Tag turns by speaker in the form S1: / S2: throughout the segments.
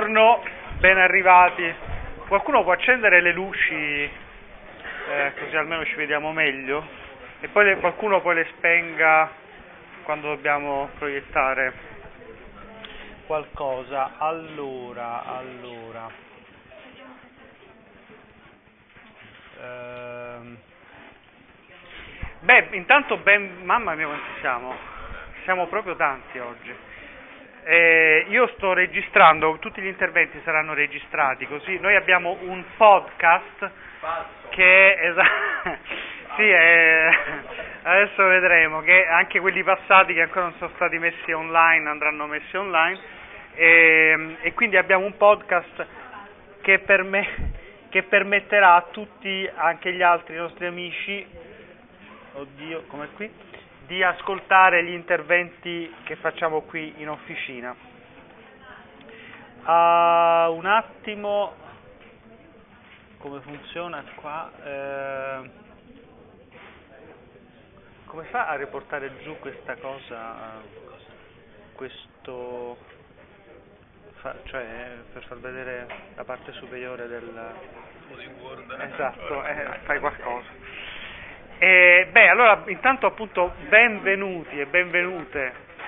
S1: Buongiorno, ben arrivati. Qualcuno può accendere le luci, così almeno ci vediamo meglio? E poi qualcuno poi le spenga quando dobbiamo proiettare qualcosa. Allora. Intanto mamma mia quanti siamo? Siamo proprio tanti oggi. Io sto registrando, tutti gli interventi saranno registrati, così noi abbiamo un podcast che sì, adesso vedremo che anche quelli passati che ancora non sono stati messi online andranno messi online e quindi abbiamo un podcast che permetterà a tutti, anche gli altri nostri amici, oddio, com'è qui? Di ascoltare gli interventi che facciamo qui in officina. Un attimo, come funziona qua? Come fa a riportare giù questa cosa? Cioè per far vedere la parte superiore del... Esatto, fai qualcosa. Allora, intanto appunto benvenuti e benvenute.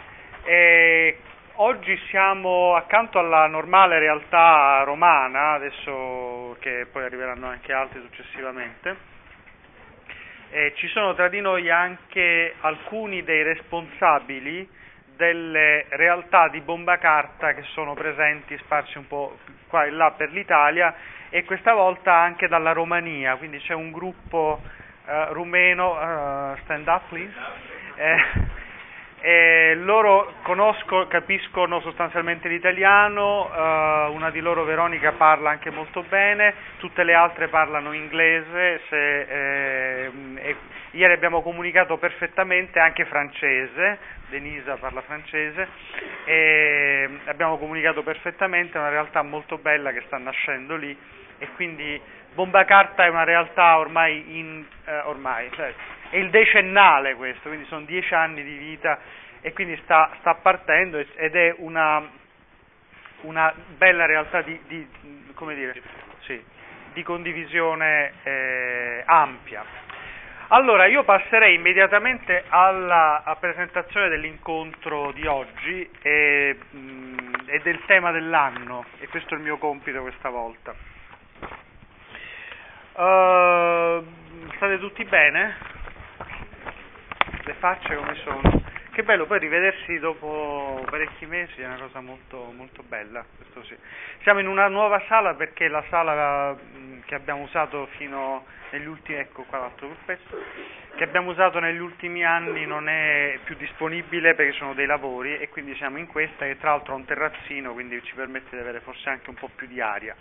S1: Oggi siamo accanto alla normale realtà romana, adesso che poi arriveranno anche altri successivamente. Ci sono tra di noi anche alcuni dei responsabili delle realtà di bomba carta che sono presenti, sparsi un po' qua e là per l'Italia e questa volta anche dalla Romania, quindi c'è un gruppo rumeno, stand up please, loro capiscono sostanzialmente l'italiano, una di loro, Veronica, parla anche molto bene, tutte le altre parlano inglese, ieri abbiamo comunicato perfettamente anche francese, Denisa parla francese, abbiamo comunicato perfettamente, è una realtà molto bella che sta nascendo lì e quindi Bomba Carta è una realtà ormai cioè, è il decennale questo, quindi sono 10 anni di vita e quindi sta partendo ed è una bella realtà di condivisione ampia. Allora, io passerei immediatamente alla presentazione dell'incontro di oggi e del tema dell'anno, e questo è il mio compito questa volta. State tutti bene? Le facce come sono? Che bello poi rivedersi dopo parecchi mesi, è una cosa molto, molto bella, questo sì. Siamo in una nuova sala perché la sala che abbiamo usato fino negli ultimi, ecco qua l'altro gruppetto, che abbiamo usato negli ultimi anni non è più disponibile perché sono dei lavori e quindi siamo in questa che tra l'altro ha un terrazzino, quindi ci permette di avere forse anche un po' più di aria.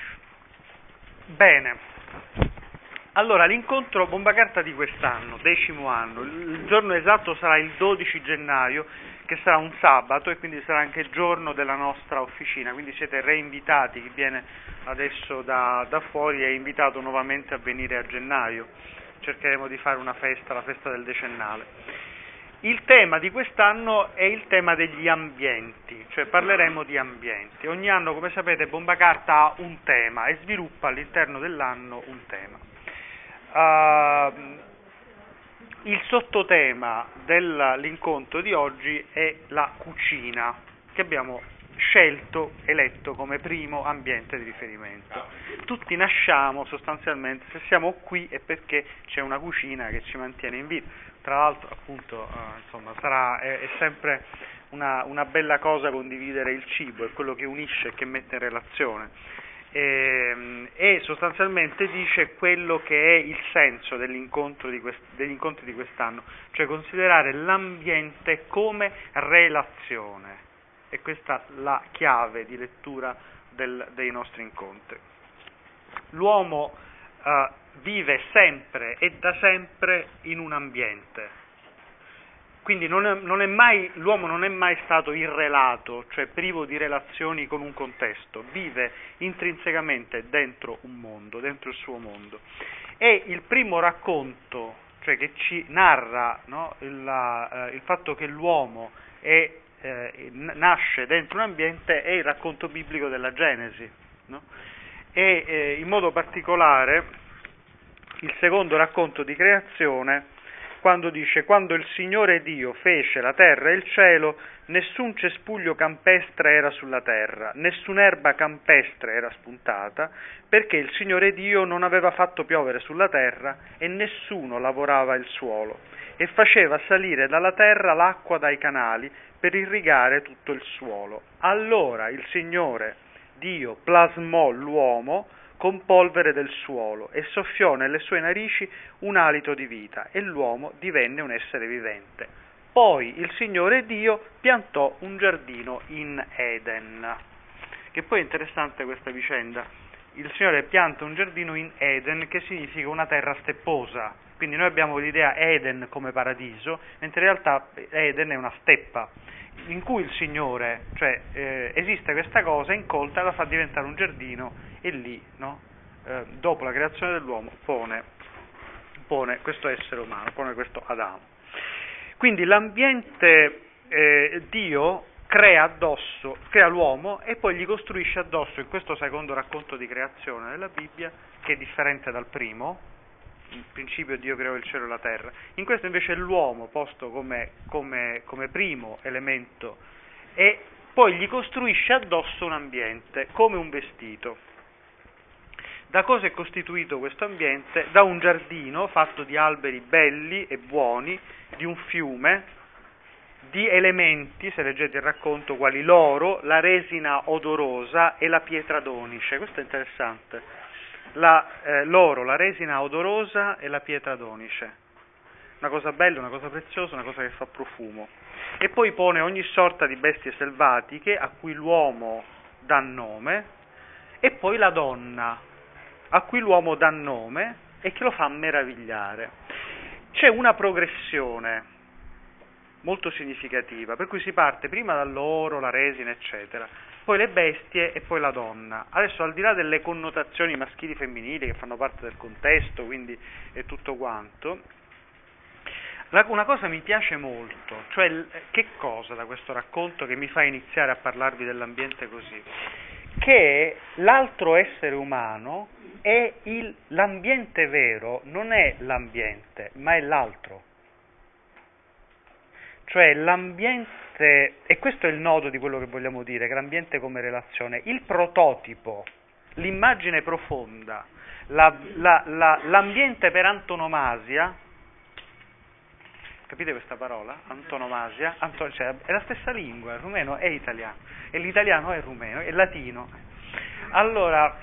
S1: Bene. Allora, l'incontro bomba carta di quest'anno, 10° anno, il giorno esatto sarà il 12 gennaio, che sarà un sabato e quindi sarà anche il giorno della nostra officina, quindi siete reinvitati, chi viene adesso da fuori è invitato nuovamente a venire a gennaio, cercheremo di fare una festa, la festa del decennale. Il tema di quest'anno è il tema degli ambienti, cioè parleremo di ambienti. Ogni anno, come sapete, Bomba Carta ha un tema e sviluppa all'interno dell'anno un tema. Il sottotema dell'incontro di oggi è la cucina, che abbiamo eletto come primo ambiente di riferimento. Tutti nasciamo sostanzialmente, se siamo qui è perché c'è una cucina che ci mantiene in vita. Tra l'altro, appunto, è sempre una bella cosa condividere il cibo, è quello che unisce e che mette in relazione. E sostanzialmente dice quello che è il senso degli incontri di quest'anno, cioè considerare l'ambiente come relazione. E questa è la chiave di lettura dei nostri incontri. L'uomo vive sempre e da sempre in un ambiente. Quindi l'uomo non è mai stato irrelato, cioè privo di relazioni con un contesto, vive intrinsecamente dentro un mondo, dentro il suo mondo. E il primo racconto, cioè che ci narra, no, il fatto che l'uomo è nasce dentro un ambiente è il racconto biblico della Genesi, no? E in modo particolare il secondo racconto di creazione, quando dice: quando il Signore Dio fece la terra e il cielo, nessun cespuglio campestre era sulla terra, nessun'erba campestre era spuntata, perché il Signore Dio non aveva fatto piovere sulla terra e nessuno lavorava il suolo, e faceva salire dalla terra l'acqua dai canali per irrigare tutto il suolo. Allora il Signore Dio plasmò l'uomo con polvere del suolo e soffiò nelle sue narici un alito di vita, e l'uomo divenne un essere vivente. Poi il Signore Dio piantò un giardino in Eden. Che poi è interessante questa vicenda. Il Signore pianta un giardino in Eden, che significa una terra stepposa. Quindi noi abbiamo l'idea Eden come paradiso, mentre in realtà Eden è una steppa, in cui il Signore, esiste questa cosa, incolta, la fa diventare un giardino, e lì, no, dopo la creazione dell'uomo, pone questo essere umano, pone questo Adamo. Quindi l'ambiente, Dio crea l'uomo e poi gli costruisce addosso, in questo secondo racconto di creazione della Bibbia, che è differente dal primo. In principio Dio creò il cielo e la terra. In questo invece è l'uomo posto come primo elemento, e poi gli costruisce addosso un ambiente, come un vestito. Da cosa è costituito questo ambiente? Da un giardino fatto di alberi belli e buoni, di un fiume, di elementi, se leggete il racconto, quali l'oro, la resina odorosa e la pietra d'onice. Questo è interessante. L'oro, la resina odorosa e la pietra d'onice. Una cosa bella, una cosa preziosa, una cosa che fa profumo. E poi pone ogni sorta di bestie selvatiche a cui l'uomo dà nome, e poi la donna a cui l'uomo dà nome e che lo fa meravigliare. C'è una progressione molto significativa, per cui si parte prima dall'oro, la resina, eccetera, poi le bestie e poi la donna. Adesso, al di là delle connotazioni maschili e femminili che fanno parte del contesto, quindi è tutto quanto, una cosa mi piace molto, cioè che cosa da questo racconto che mi fa iniziare a parlarvi dell'ambiente così? Che l'altro essere umano è l'ambiente vero, non è l'ambiente, ma è l'altro. Cioè l'ambiente, e questo è il nodo di quello che vogliamo dire, che l'ambiente come relazione, il prototipo, l'immagine profonda, l'ambiente per antonomasia, capite questa parola? Antonomasia? Cioè, è la stessa lingua, il rumeno è italiano, e l'italiano è rumeno, è latino. Allora,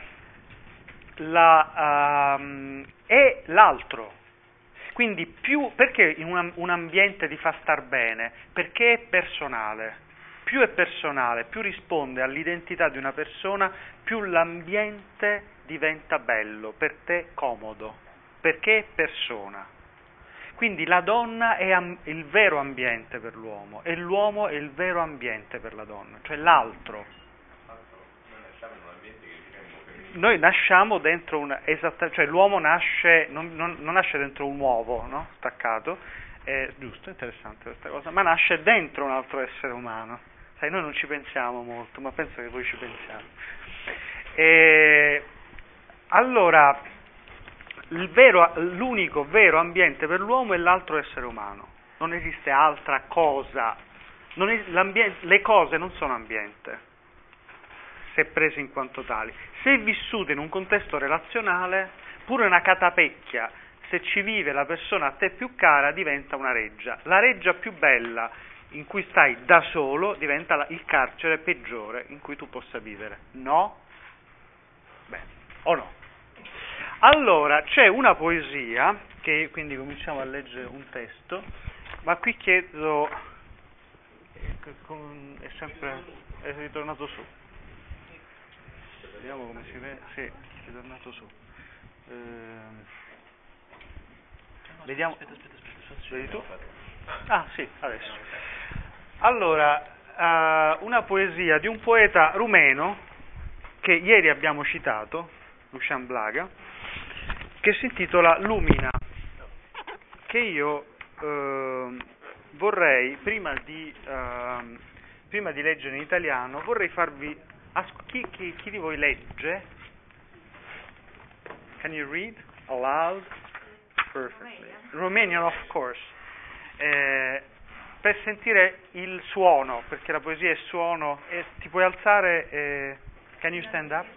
S1: è l'altro. Quindi perché un ambiente ti fa star bene? Perché è personale. Più è personale, più risponde all'identità di una persona, più l'ambiente diventa bello, per te comodo, perché è persona. Quindi la donna è il vero ambiente per l'uomo, e l'uomo è il vero ambiente per la donna, cioè l'altro. Noi nasciamo dentro cioè l'uomo nasce, non nasce dentro un uovo, no? Staccato, giusto, interessante questa cosa, ma nasce dentro un altro essere umano. Sai, noi non ci pensiamo molto, ma penso che voi ci pensiate. Allora, l'unico vero ambiente per l'uomo è l'altro essere umano, non esiste altra cosa, le cose non sono ambiente, se prese in quanto tali. Se vissute in un contesto relazionale, pure una catapecchia, se ci vive la persona a te più cara, diventa una reggia. La reggia più bella, in cui stai da solo, diventa il carcere peggiore in cui tu possa vivere. No? Bene, o no? Allora, c'è una poesia, che quindi cominciamo a leggere un testo, ma qui chiedo, è ritornato su. Vediamo come si vede. Sì, è tornato su. Vediamo. Aspetta. Vedi tu? Ah, sì, adesso. Allora, una poesia di un poeta rumeno che ieri abbiamo citato, Lucian Blaga, che si intitola Lumina, che io vorrei, prima di prima di leggere in italiano, vorrei farvi... chi di voi legge? Can you read aloud? Perfectly. Romanian, of course. Per sentire il suono, perché la poesia è suono, ti puoi alzare, can you stand up?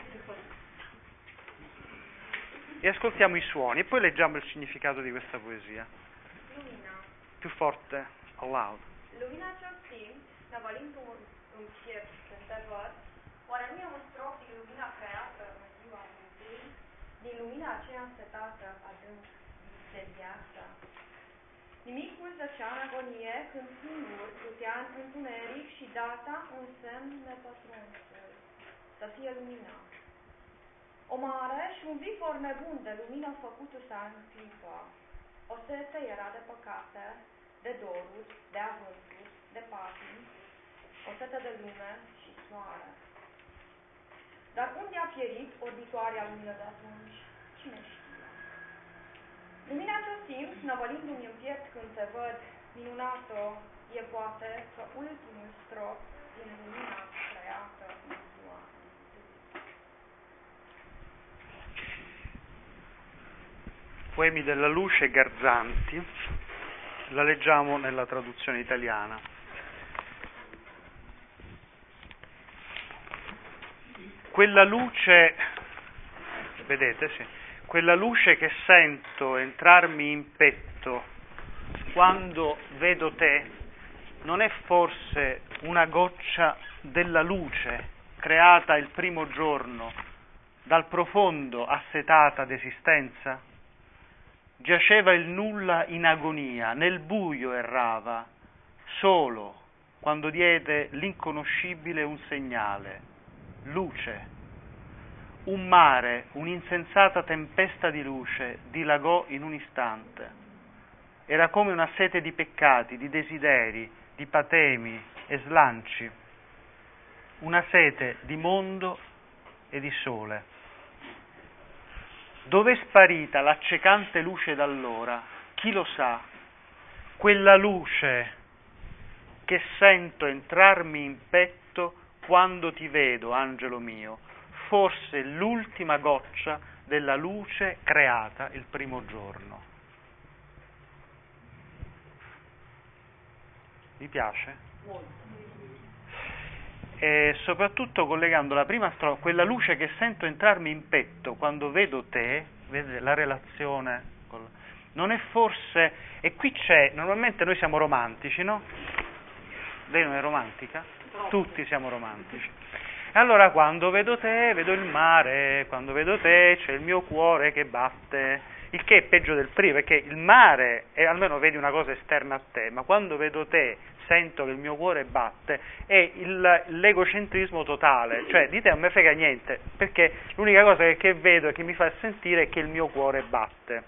S1: E ascoltiamo i suoni e poi leggiamo il significato di questa poesia.
S2: Lumina.
S1: Più forte, aloud.
S2: Lumina ce-o simt, năvălind un piept când te văd, oare nu e un strop din lumina creată în ziua întâi, din lumina aceea însetată adânc de viață? Nimicul zăcea în agonie când singur plutea în întuneric și data un semn nepătrunsul, să fie lumina. O mare și un vifor nebun de lumină făcutu-se în clipă. O sete era de păcate, de doruri, de avânturi, de patimi, o sete de lume și soare. Dar unde a pierit orbitoarea lumină de atunci? Cine știe? Lumina ce-o simt, năvălindu-mi în piept când te văd, minunat-o, e poate că ultimul strop din lumina creată în ziua.
S1: Poemi della luce Garzanti, la leggiamo nella traduzione italiana. Quella luce, vedete, sì, quella luce che sento entrarmi in petto quando vedo te, non è forse una goccia della luce creata il primo giorno dal profondo assetata d'esistenza? Giaceva il nulla in agonia, nel buio errava, solo quando diede l'inconoscibile un segnale, luce. Un mare, un'insensata tempesta di luce, dilagò in un istante. Era come una sete di peccati, di desideri, di patemi e slanci, una sete di mondo e di sole. Dov'è sparita l'accecante luce d'allora? Chi lo sa? Quella luce che sento entrarmi in petto quando ti vedo, angelo mio, forse l'ultima goccia della luce creata il primo giorno. Vi piace?
S2: Molto.
S1: E soprattutto collegando la prima strofa, quella luce che sento entrarmi in petto quando vedo te, vedete la relazione, non è forse, e qui c'è, normalmente noi siamo romantici, no? Lei non è romantica? Tutti siamo romantici. E allora quando vedo te, vedo il mare, quando vedo te c'è il mio cuore che batte, il che è peggio del primo, perché il mare, almeno vedi una cosa esterna a te, ma quando vedo te, sento che il mio cuore batte, è l'egocentrismo totale, cioè di te non mi frega niente, perché l'unica cosa che vedo e che mi fa sentire è che il mio cuore batte.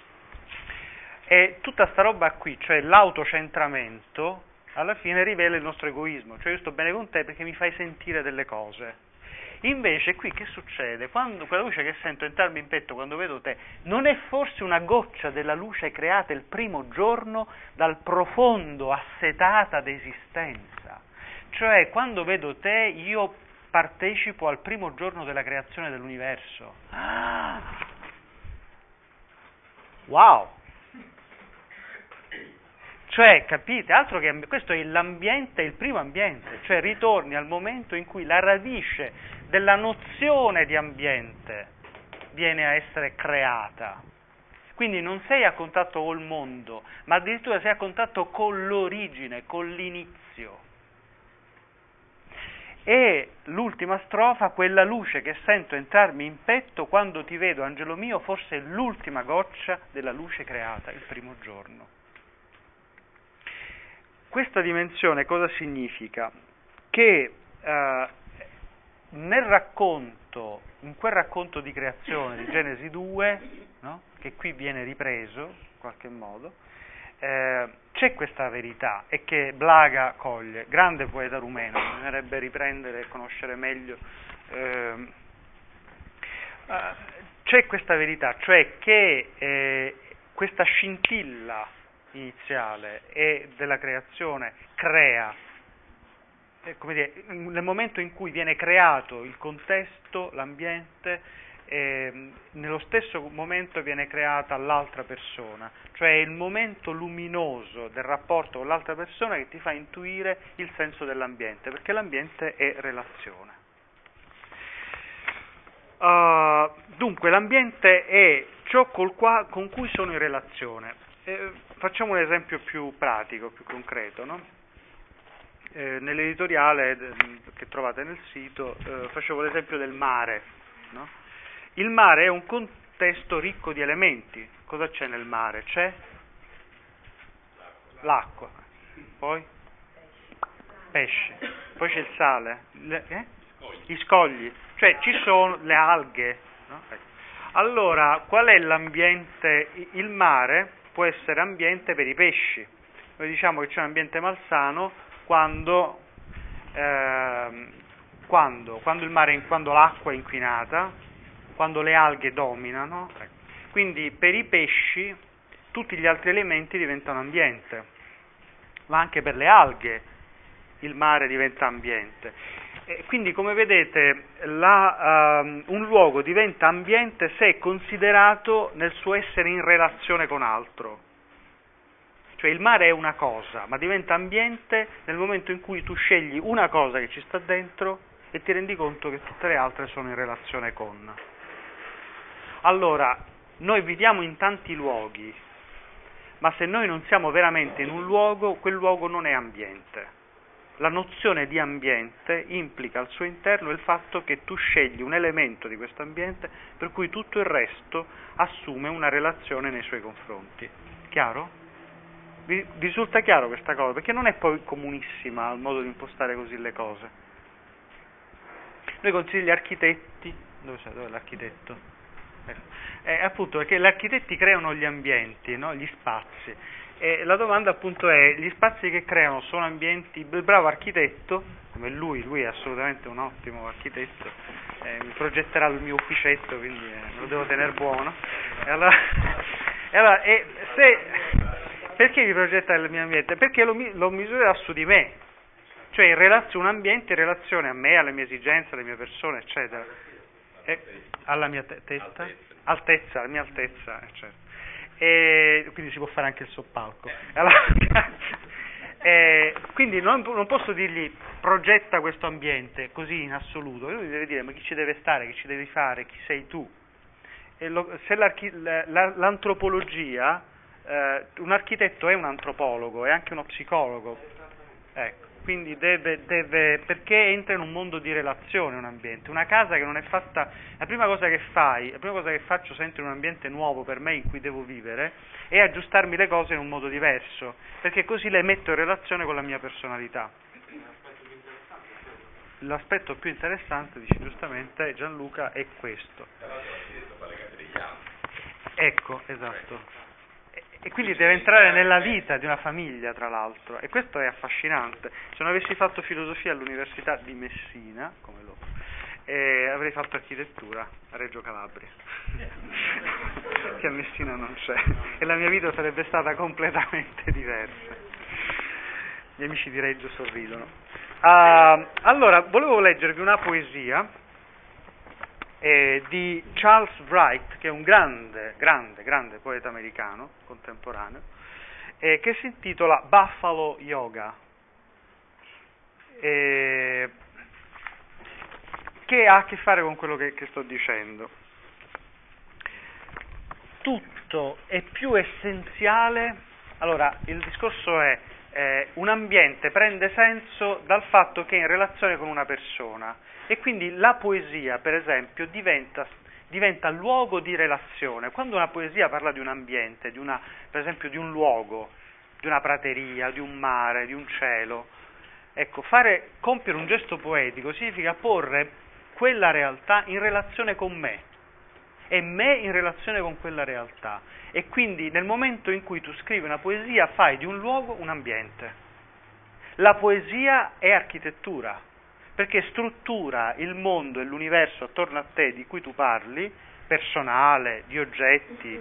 S1: E tutta sta roba qui, cioè l'autocentramento, alla fine rivela il nostro egoismo, cioè io sto bene con te perché mi fai sentire delle cose. Invece qui che succede? Quando quella luce che sento entrarmi in petto quando vedo te, non è forse una goccia della luce creata il primo giorno dal profondo assetata d'esistenza? Cioè quando vedo te io partecipo al primo giorno della creazione dell'universo. Ah! Wow! Cioè, capite? Altro che questo è l'ambiente, il primo ambiente, cioè ritorni al momento in cui la radice della nozione di ambiente viene a essere creata. Quindi non sei a contatto col mondo, ma addirittura sei a contatto con l'origine, con l'inizio. E l'ultima strofa, quella luce che sento entrarmi in petto quando ti vedo, angelo mio, forse è l'ultima goccia della luce creata il primo giorno. Questa dimensione cosa significa? Che nel racconto, in quel racconto di creazione di Genesi 2, no? Che qui viene ripreso in qualche modo, c'è questa verità e che Blaga coglie, grande poeta rumeno, bisognerebbe riprendere e conoscere meglio. C'è questa verità, cioè che questa scintilla iniziale e della creazione crea come dire, nel momento in cui viene creato il contesto, l'ambiente, nello stesso momento viene creata l'altra persona, cioè è il momento luminoso del rapporto con l'altra persona che ti fa intuire il senso dell'ambiente, perché l'ambiente è relazione. Dunque l'ambiente è ciò con cui sono in relazione. Facciamo un esempio più pratico, più concreto, no? Nell'editoriale che trovate nel sito facevo l'esempio del mare, no? Il mare è un contesto ricco di elementi. Cosa c'è nel mare? C'è l'acqua, poi pesce, poi c'è il sale, gli scogli, cioè ci sono le alghe, no? Ecco. Allora, qual è l'ambiente? Il mare può essere ambiente per i pesci. Noi diciamo che c'è un ambiente malsano quando l'acqua è inquinata, quando le alghe dominano. Quindi per i pesci tutti gli altri elementi diventano ambiente, ma anche per le alghe il mare diventa ambiente. E quindi, come vedete, un luogo diventa ambiente se è considerato nel suo essere in relazione con altro. Cioè il mare è una cosa, ma diventa ambiente nel momento in cui tu scegli una cosa che ci sta dentro e ti rendi conto che tutte le altre sono in relazione con. Allora, noi viviamo in tanti luoghi, ma se noi non siamo veramente in un luogo, quel luogo non è ambiente. La nozione di ambiente implica al suo interno il fatto che tu scegli un elemento di questo ambiente per cui tutto il resto assume una relazione nei suoi confronti. Chiaro? Vi risulta chiaro questa cosa? Perché non è poi comunissima il modo di impostare così le cose. Noi consigliamo gli architetti. Dove è l'architetto? Appunto, perché gli architetti creano gli ambienti, no? Gli spazi. E la domanda appunto è: gli spazi che creano sono ambienti? Il bravo architetto, come lui è assolutamente un ottimo architetto, mi progetterà il mio ufficetto, quindi me lo devo tenere buono. Perché mi progetta il mio ambiente? Perché lo misurerà su di me, cioè un ambiente in relazione a me, alle mie esigenze, alle mie persone, eccetera. Alla mia altezza, alla mia altezza, certo. E quindi si può fare anche il soppalco. Allora, quindi non posso dirgli progetta questo ambiente così in assoluto, lui deve dire ma chi ci deve stare, chi ci devi fare, chi sei tu. Se l'antropologia, un architetto è un antropologo, è anche uno psicologo, ecco. Quindi perché entra in un mondo di relazione un ambiente. Una casa che non è fatta, la prima cosa che faccio se entro in un ambiente nuovo per me in cui devo vivere è aggiustarmi le cose in un modo diverso, perché così le metto in relazione con la mia personalità. L'aspetto più interessante, dice giustamente Gianluca, è questo. Ecco, esatto. E quindi deve entrare nella vita di una famiglia, tra l'altro, e questo è affascinante. Se non avessi fatto filosofia all'Università di Messina, come avrei fatto architettura a Reggio Calabria, che a Messina non c'è, e la mia vita sarebbe stata completamente diversa. Gli amici di Reggio sorridono. Allora, volevo leggervi una poesia di Charles Wright, che è un grande poeta americano contemporaneo, che si intitola Buffalo Yoga, che ha a che fare con quello che sto dicendo. Tutto è più essenziale. Allora, il discorso è un ambiente prende senso dal fatto che è in relazione con una persona, e quindi la poesia, per esempio, diventa luogo di relazione. Quando una poesia parla di un ambiente, per esempio di un luogo, di una prateria, di un mare, di un cielo, ecco, compiere un gesto poetico significa porre quella realtà in relazione con me, e me in relazione con quella realtà. E quindi nel momento in cui tu scrivi una poesia fai di un luogo un ambiente. La poesia è architettura, perché struttura il mondo e l'universo attorno a te di cui tu parli, personale, di oggetti,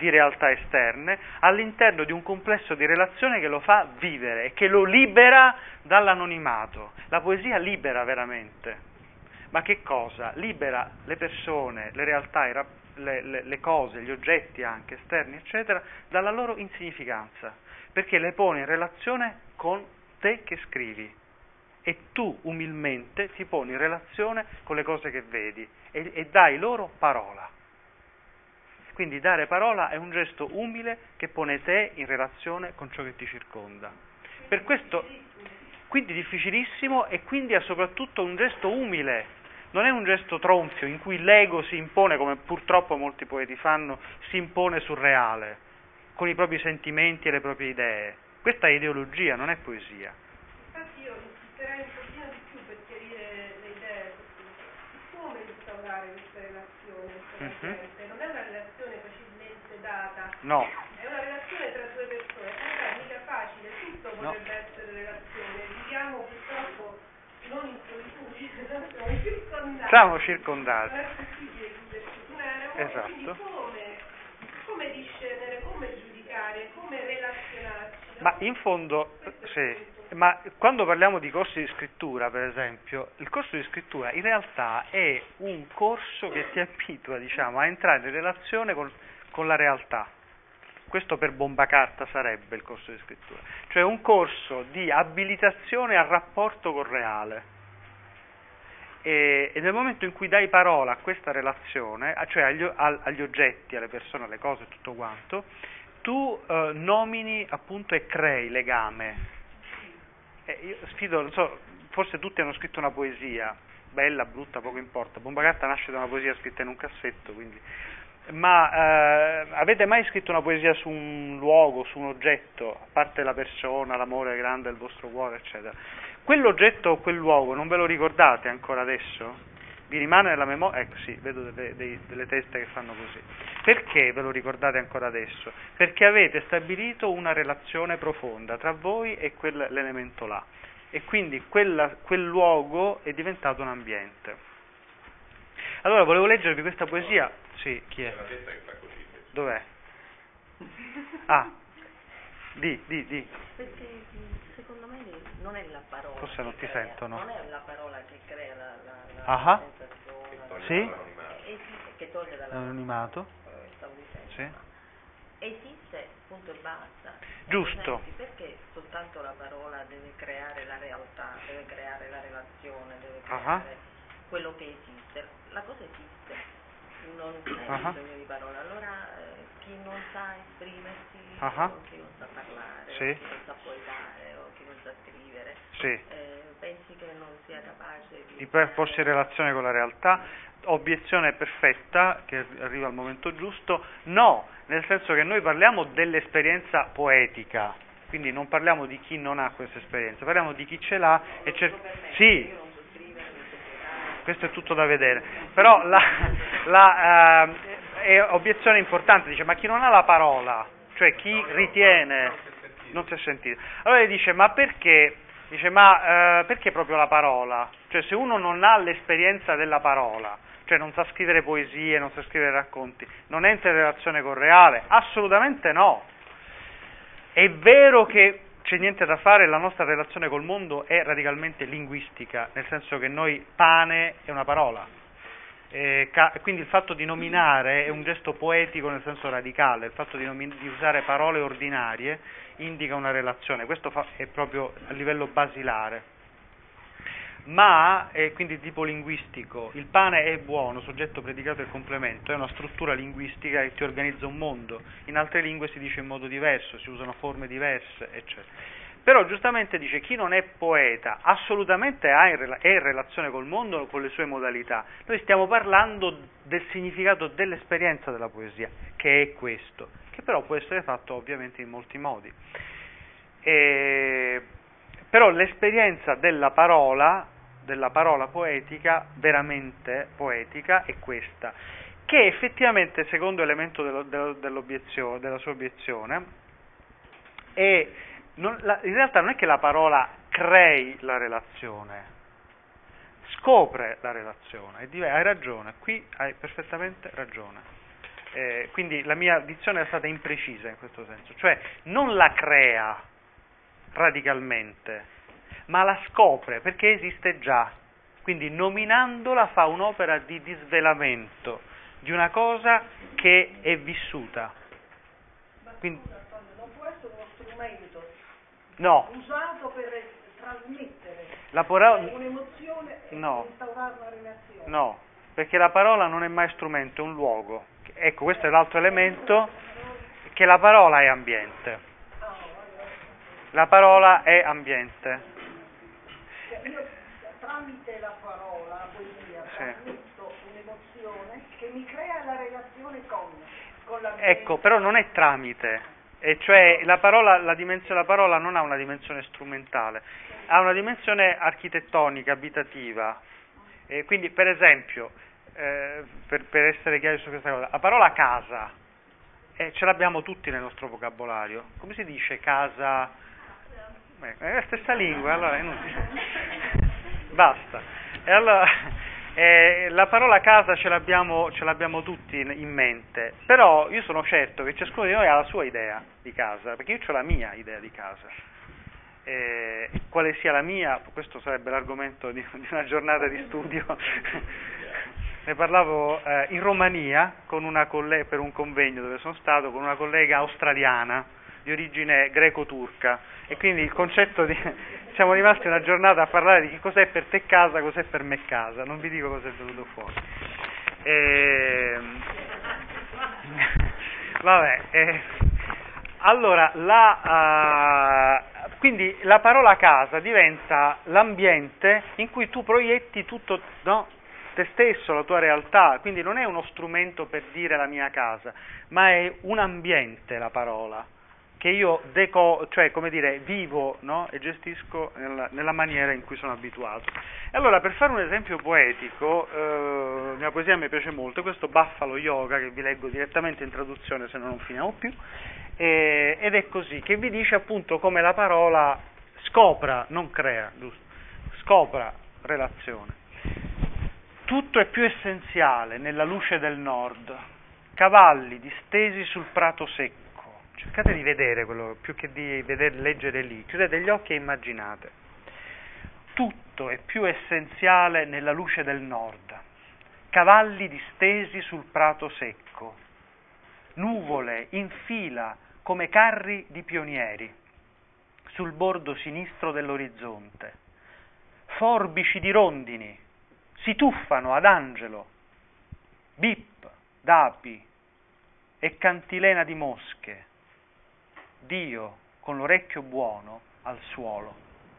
S1: di realtà esterne all'interno di un complesso di relazioni che lo fa vivere e che lo libera dall'anonimato. La poesia libera veramente. Ma che cosa? Libera le persone, le realtà, le cose, gli oggetti anche esterni, eccetera, dalla loro insignificanza, perché le pone in relazione con te che scrivi e tu umilmente ti poni in relazione con le cose che vedi e dai loro parola. Quindi dare parola è un gesto umile che pone te in relazione con ciò che ti circonda. Per questo, quindi difficilissimo e quindi è soprattutto un gesto umile. Non è un gesto tronfio in cui l'ego si impone, come purtroppo molti poeti fanno, si impone sul reale, con i propri sentimenti e le proprie idee. Questa è ideologia, non è poesia.
S2: Infatti io insisterei un pochino di più per chiarire le idee su come instaurare questa relazione con la gente. Non è una relazione facilmente data,
S1: No.
S2: è una relazione tra due persone. Non è mica facile, tutto potrebbe essere relazione. Viviamo purtroppo non in solitudine, siamo circondati.
S1: Siamo circondati.
S2: Non è possibile chiuderci su un aereo.
S1: Esatto.
S2: Quindi come discernere, come giudicare, come relazionarci?
S1: Ma in fondo, sì, ma quando parliamo di corsi di scrittura, per esempio, il corso di scrittura in realtà è un corso che ti abitua, diciamo, a entrare in relazione con la realtà. Questo per bomba carta sarebbe il corso di scrittura, cioè un corso di abilitazione al rapporto col reale. E nel momento in cui dai parola a questa relazione, cioè agli oggetti, alle persone, alle cose, tutto quanto, tu nomini appunto e crei legame. Io sfido, non so, forse tutti hanno scritto una poesia, bella, brutta, poco importa. Bomba carta nasce da una poesia scritta in un cassetto, quindi. Ma avete mai scritto una poesia su un luogo, su un oggetto, a parte la persona, l'amore grande del vostro cuore, eccetera? Quell'oggetto o quel luogo non ve lo ricordate ancora adesso? Vi rimane nella memoria? Ecco sì, vedo delle teste che fanno così. Perché ve lo ricordate ancora adesso? Perché avete stabilito una relazione profonda tra voi e quell'elemento là. E quindi quel luogo è diventato un ambiente. Allora, volevo leggervi questa poesia. Sì, chi è? Dov'è? Ah, di.
S3: Perché secondo me non è la parola.
S1: Forse non ti sentono.
S3: Non è la parola che crea
S1: Ah.
S3: sensazione.
S1: Sì?
S3: Che toglie
S1: L'anonimato.
S3: Stavo dicendo.
S1: Sì.
S3: Esiste, punto e basta.
S1: Giusto.
S3: Perché soltanto la parola deve creare la realtà, deve creare la relazione, deve creare quello che esiste. La cosa esiste. Non c'è bisogno di parole. Allora chi non sa esprimersi, o chi non sa parlare,
S1: sì,
S3: o chi non sa poetare, o chi non sa scrivere,
S1: sì,
S3: pensi che non sia capace
S1: di porsi in relazione con la realtà? Obiezione perfetta, che arriva al momento giusto. No, nel senso che noi parliamo dell'esperienza poetica, quindi non parliamo di chi non ha questa esperienza, parliamo di chi ce l'ha e sì, questo è tutto da vedere, però è obiezione importante, dice, ma chi non ha la parola, cioè chi ritiene, non si è sentito, allora dice, ma perché? Dice, ma perché proprio la parola? Cioè se uno non ha l'esperienza della parola, cioè non sa scrivere poesie, non sa scrivere racconti, non entra in relazione col reale? Assolutamente no. È vero che c'è niente da fare, la nostra relazione col mondo è radicalmente linguistica, nel senso che noi, pane è una parola, quindi il fatto di nominare è un gesto poetico nel senso radicale, il fatto di usare parole ordinarie indica una relazione, questo è proprio a livello basilare. Ma è quindi tipo linguistico, il pane è buono, soggetto, predicato e complemento, è una struttura linguistica che ti organizza un mondo, in altre lingue si dice in modo diverso, si usano forme diverse, eccetera. Però giustamente dice, chi non è poeta assolutamente è in relazione col mondo, con le sue modalità. Noi stiamo parlando del significato dell'esperienza della poesia, che è questo, che però può essere fatto ovviamente in molti modi. Però l'esperienza della parola poetica, veramente poetica, è questa, che effettivamente, secondo elemento della sua obiezione, in realtà non è che la parola crei la relazione, scopre la relazione, hai ragione, qui hai perfettamente ragione. quindi la mia dizione è stata imprecisa in questo senso, cioè non la crea radicalmente, ma la scopre perché esiste già, quindi nominandola fa un'opera di disvelamento di una cosa che è vissuta. Quindi,
S4: non può essere uno strumento usato per trasmettere un'emozione e instaurare una relazione.
S1: No, perché la parola non è mai strumento, è un luogo. Ecco, questo è l'altro elemento, che la parola è ambiente. La parola è ambiente.
S4: Io tramite la parola, la poesia, trasmetto un'emozione che mi crea la relazione con l'ambiente.
S1: Ecco, però non è tramite, e cioè la parola, la dimensione della parola non ha una dimensione strumentale, ha una dimensione architettonica, abitativa. Quindi, per esempio, per essere chiari su questa cosa, la parola casa, ce l'abbiamo tutti nel nostro vocabolario. Come si dice casa? È la stessa lingua, allora è inutile. Basta. E allora, la parola casa ce l'abbiamo tutti in mente, però io sono certo che ciascuno di noi ha la sua idea di casa, perché io ho la mia idea di casa. Quale sia la mia, questo sarebbe l'argomento di una giornata di studio. Ne parlavo in Romania con una collega, per un convegno dove sono stato, con una collega australiana di origine greco-turca, e quindi il concetto di siamo rimasti una giornata a parlare di che cos'è per te casa, cos'è per me casa, non vi dico cosa è venuto fuori. Allora, quindi la parola casa diventa l'ambiente in cui tu proietti tutto, no? Te stesso, la tua realtà, quindi non è uno strumento per dire la mia casa, ma è un ambiente la parola, che io cioè come dire, vivo, no? E gestisco nella maniera in cui sono abituato. E allora, per fare un esempio poetico, la mia poesia mi piace molto, questo Buffalo Yoga, che vi leggo direttamente in traduzione se no non finiamo più, ed è così, che vi dice appunto come la parola scopra, non crea, giusto? Scopra relazione. Tutto è più essenziale nella luce del nord, cavalli distesi sul prato secco. Cercate di vedere quello, più che di leggere lì, chiudete gli occhi e immaginate. Tutto è più essenziale nella luce del nord, cavalli distesi sul prato secco, nuvole in fila come carri di pionieri sul bordo sinistro dell'orizzonte, forbici di rondini si tuffano ad angelo, bip d'api e cantilena di mosche, Dio con l'orecchio buono al suolo.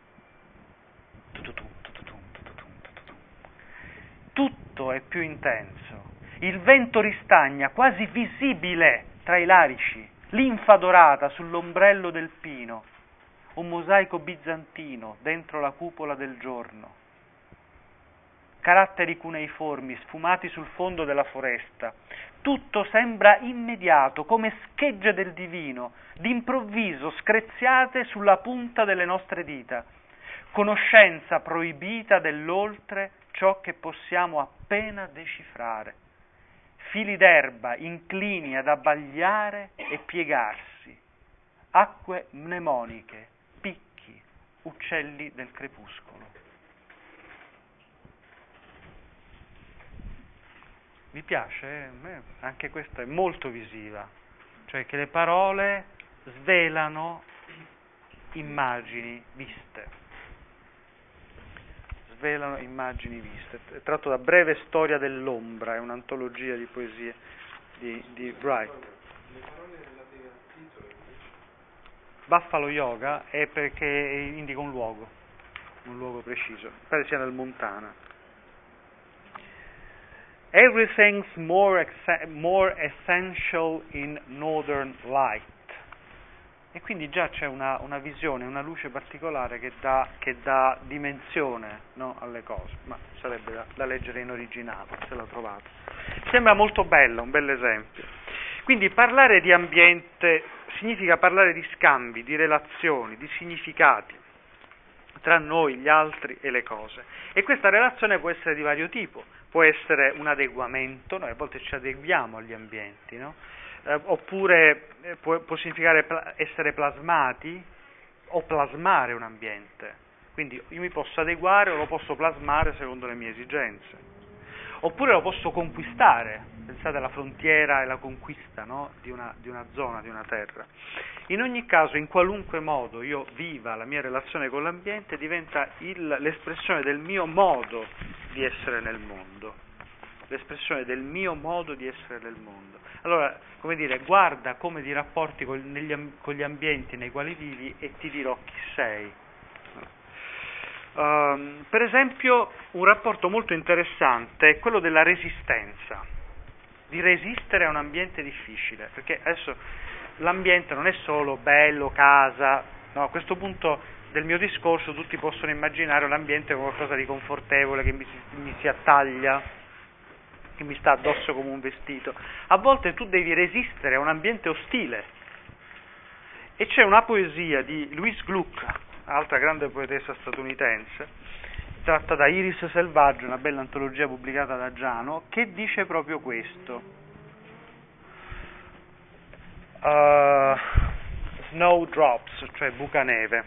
S1: Tutto è più intenso, il vento ristagna quasi visibile tra i larici, linfa dorata sull'ombrello del pino, un mosaico bizantino dentro la cupola del giorno. Caratteri cuneiformi sfumati sul fondo della foresta. Tutto sembra immediato, come schegge del divino, d'improvviso screziate sulla punta delle nostre dita. Conoscenza proibita dell'oltre ciò che possiamo appena decifrare. Fili d'erba inclini ad abbagliare e piegarsi. Acque mnemoniche, picchi, uccelli del crepuscolo. Vi piace? Anche questa è molto visiva, cioè che le parole svelano immagini viste. Svelano immagini viste. È tratto da Breve storia dell'ombra, è un'antologia di poesie di Wright.
S5: Le parole relative al titolo invece?
S1: Buffalo Yoga è perché indica un luogo preciso, pare sia nel Montana. Everything's more essential in Northern Light. E quindi già c'è una visione, una luce particolare che dà dimensione, no, alle cose, ma sarebbe da leggere in originale, se la trovate. Sembra molto bella, un bell'esempio. Quindi parlare di ambiente significa parlare di scambi, di relazioni, di significati. tra noi, gli altri e le cose. E questa relazione può essere di vario tipo, può essere un adeguamento, noi a volte ci adeguiamo agli ambienti, no? Oppure può significare essere plasmati o plasmare un ambiente. Quindi io mi posso adeguare o lo posso plasmare secondo le mie esigenze. Oppure lo posso conquistare, pensate alla frontiera e alla conquista, no? di una zona, di una terra. In ogni caso, in qualunque modo io viva la mia relazione con l'ambiente, diventa l'espressione del mio modo di essere nel mondo. L'espressione del mio modo di essere nel mondo. Allora, come dire, guarda come ti rapporti con gli ambienti nei quali vivi e ti dirò chi sei. Per esempio, un rapporto molto interessante è quello della resistenza, di resistere a un ambiente difficile, perché adesso l'ambiente non è solo bello, casa, no? A questo punto del mio discorso tutti possono immaginare l'ambiente come qualcosa di confortevole che mi si attaglia, che mi sta addosso come un vestito. A volte tu devi resistere a un ambiente ostile. E c'è una poesia di Louise Gluck, altra grande poetessa statunitense, tratta da Iris selvaggio, una bella antologia pubblicata da Giano, che dice proprio questo. Snowdrops, cioè bucaneve.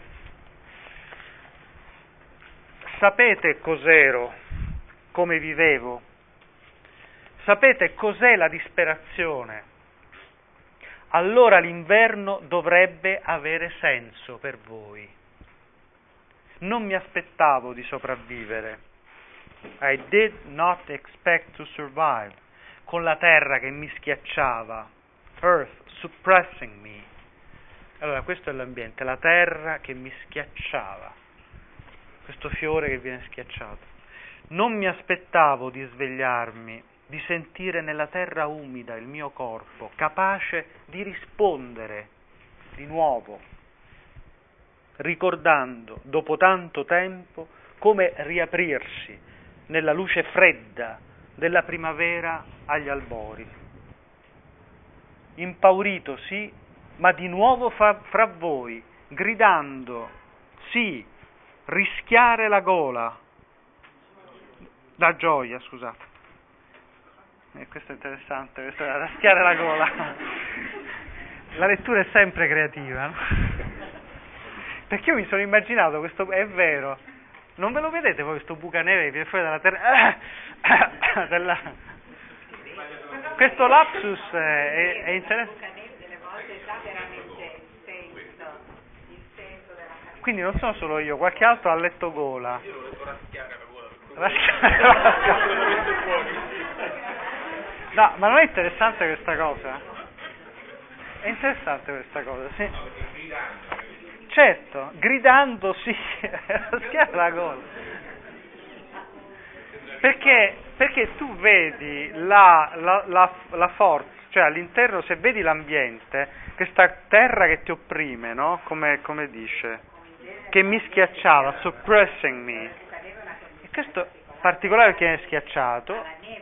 S1: Sapete cos'ero, come vivevo? Sapete cos'è la disperazione? Allora l'inverno dovrebbe avere senso per voi. Non mi aspettavo di sopravvivere. I did not expect to survive. Con la terra che mi schiacciava. Earth suppressing me. Allora questo è l'ambiente, la terra che mi schiacciava. Questo fiore che viene schiacciato. Non mi aspettavo di svegliarmi, di sentire nella terra umida il mio corpo, capace di rispondere di nuovo, ricordando dopo tanto tempo come riaprirsi nella luce fredda della primavera agli albori. Impaurito sì, ma di nuovo fra voi, gridando sì, rischiare la gola, la gioia, scusate. Questo è interessante, questo è raschiare la gola. La lettura è sempre creativa, no? Perché io mi sono immaginato questo, è vero, non ve lo vedete voi questo bucaneve che viene fuori dalla terra? Questo lapsus è interessante. Quindi non sono solo io, qualche altro ha letto gola.
S5: Io volevo raschiare la gola.
S1: No, ma non è interessante questa cosa? È interessante questa cosa, sì. Certo, gridando sì, raschiare la gola. Perché tu vedi la forza, cioè all'interno, se vedi l'ambiente, questa terra che ti opprime, no? Come dice, che mi schiacciava, suppressing me. E questo particolare perché è schiacciato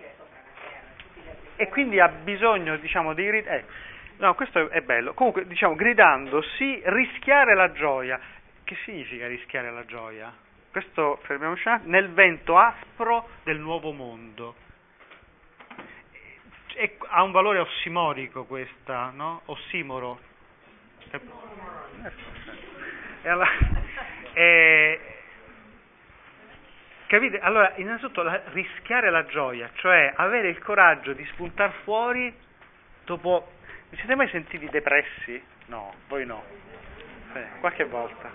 S1: e quindi ha bisogno, diciamo, di gridare. No, questo è bello. Comunque, diciamo, gridando sì, rischiare la gioia. Che significa rischiare la gioia? Questo, fermiamoci, nel vento aspro del nuovo mondo. Ha un valore ossimorico questa, no? Ossimoro. E allora, capite? Allora, innanzitutto rischiare la gioia, cioè avere il coraggio di spuntare fuori dopo. Vi siete mai sentiti depressi? No, voi no. Qualche volta.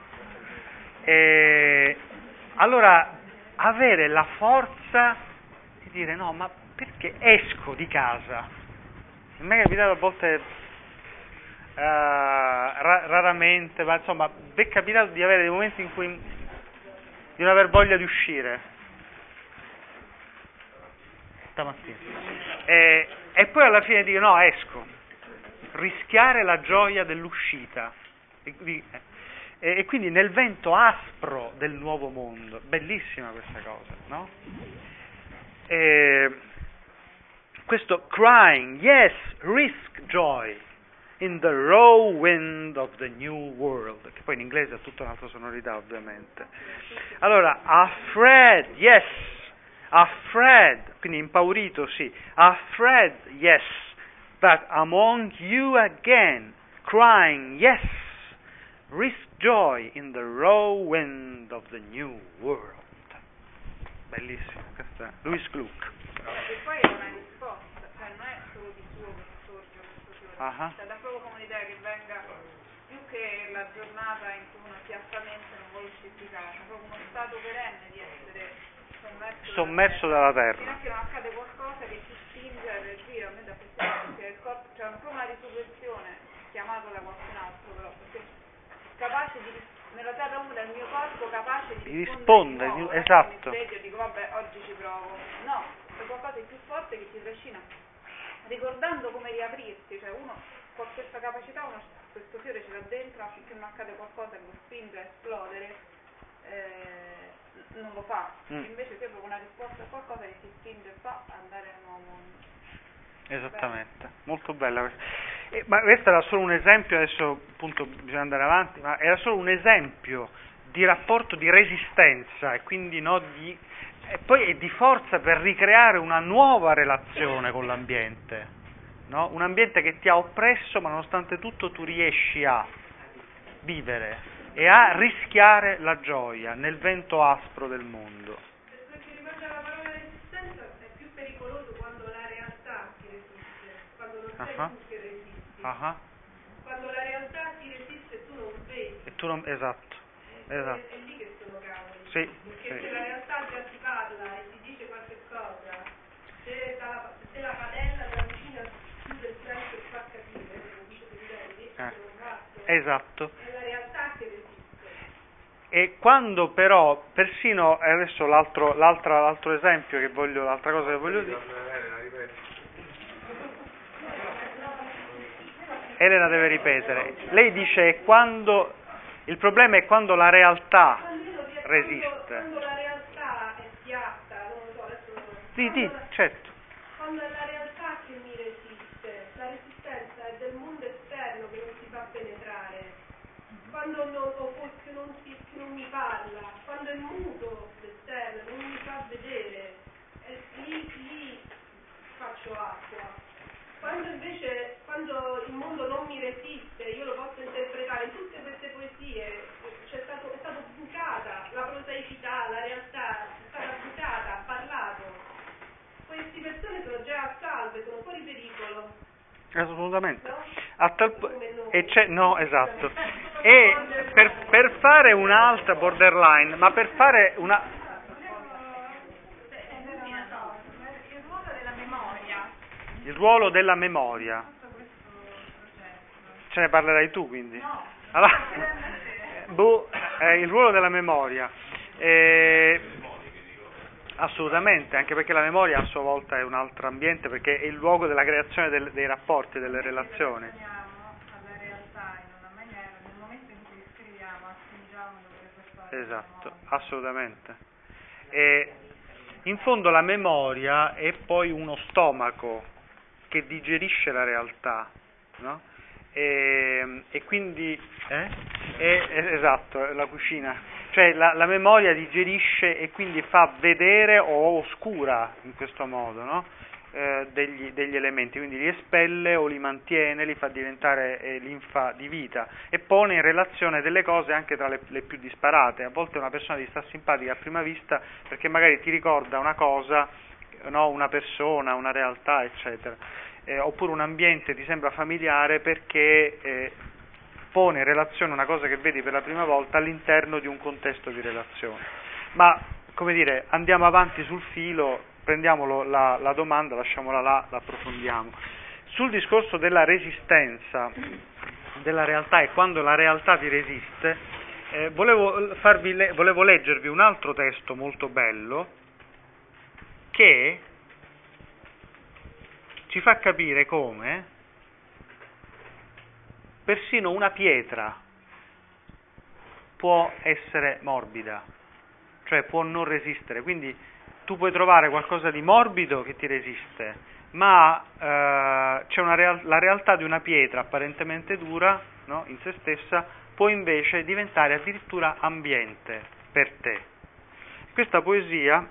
S1: Allora, avere la forza di dire no, ma perché esco di casa? A me è capitato a volte, raramente, ma insomma, vi è capitato di avere dei momenti in cui di non aver voglia di uscire stamattina e poi alla fine dico no, esco, rischiare la gioia dell'uscita e quindi nel vento aspro del nuovo mondo. Bellissima questa cosa, no? Questo crying, yes, risk joy, in the raw wind of the new world, che poi in inglese ha tutta un'altra sonorità ovviamente. Allora, afraid, yes, afraid, quindi impaurito, sì, afraid, yes, but among you again, crying, yes, risk joy in the raw wind of the new world. Bellissimo, questo è Louis Gluck.
S2: E poi è una risposta, cioè non è solo di suo che sorge questo fiore, cioè da proprio come un'idea che venga più che la giornata in cui uno si affamenta e non vuole uscire di casa, proprio uno stato perenne di essere sommerso dalla terra. Fino a che non accade qualcosa che ti spinge a reagire, a me da queste cose, il corpo, cioè è proprio una risurrezione chiamata da qualcun altro però, perché capace di, nella terra umida il mio corpo capace di rispondere, nuovo,
S1: esatto.
S2: Mi sveglio e dico vabbè oggi ci provo, no, è qualcosa di più forte che ti trascina, ricordando come riaprirti, cioè uno con questa capacità, questo fiore ce l'ha dentro, affinché non accade qualcosa che lo spinge a esplodere, non lo fa, invece sei proprio una risposta a qualcosa che ti spinge a andare nel nuovo mondo.
S1: Esattamente, molto bella questa. Ma questo era solo un esempio, adesso appunto bisogna andare avanti, ma era solo un esempio di rapporto di resistenza e quindi e poi è di forza per ricreare una nuova relazione con l'ambiente, no? Un ambiente che ti ha oppresso, ma nonostante tutto tu riesci a vivere e a rischiare la gioia nel vento aspro del mondo.
S2: Perché riguarda la parola resistenza è più pericoloso quando la realtà ti resiste, quando non sei tu che resisti. Quando la realtà ti resiste e tu non vedi.
S1: E tu non, esatto.
S2: È lì che sono cavoli.
S1: Sì,
S2: perché se la realtà già ti parla e ti dice qualche cosa, se la padella della vicina chiude il fianco e fa capire, come dice Presidente,
S1: esatto.
S2: è la realtà che resiste.
S1: E quando però, persino, adesso l'altro esempio che voglio, l'altra cosa che voglio dire, Elena deve ripetere, lei dice quando, il problema è quando la realtà resiste.
S2: Quando la realtà è piatta, non lo so, adesso non lo so.
S1: Sì, certo.
S2: Quando è la realtà che mi resiste, la resistenza è del mondo esterno che non si fa penetrare, quando non mi parla, quando è muto l'esterno, non mi fa vedere, lì faccio acqua. Quando il mondo non mi resiste, io lo posso interpretare in tutte queste poesie, è stato bucata, la prosaicità, la realtà, è stata bucata, ha parlato. Queste persone sono già a salve, sono fuori pericolo.
S1: Assolutamente.
S2: No?
S1: No, esatto. E per fare un'altra borderline, ma per fare una... Il ruolo della memoria. Ce ne parlerai tu quindi?
S2: No.
S1: Allora, il ruolo della memoria. Assolutamente, anche perché la memoria a sua volta è un altro ambiente, perché è il luogo della creazione dei rapporti, delle relazioni.
S2: Alla realtà in una maniera, nel momento in cui scriviamo, attingiamo dove questa
S1: Esatto, assolutamente. E in fondo la memoria è poi uno stomaco che digerisce la realtà, no? E quindi esatto, la cucina, cioè la memoria digerisce e quindi fa vedere o oscura in questo modo, no? Degli elementi, quindi li espelle o li mantiene, li fa diventare linfa di vita e pone in relazione delle cose anche tra le più disparate. A volte una persona ti sta simpatica a prima vista perché magari ti ricorda una cosa, no? Una persona, una realtà, eccetera. Oppure un ambiente ti sembra familiare perché pone in relazione una cosa che vedi per la prima volta all'interno di un contesto di relazione. Ma, come dire, andiamo avanti sul filo, prendiamo la domanda, lasciamola là, la approfondiamo. Sul discorso della resistenza della realtà e quando la realtà ti resiste, volevo leggervi un altro testo molto bello che ci fa capire come persino una pietra può essere morbida, cioè può non resistere. Quindi tu puoi trovare qualcosa di morbido che ti resiste, ma c'è la realtà di una pietra apparentemente dura, no, in se stessa, può invece diventare addirittura ambiente per te. Questa poesia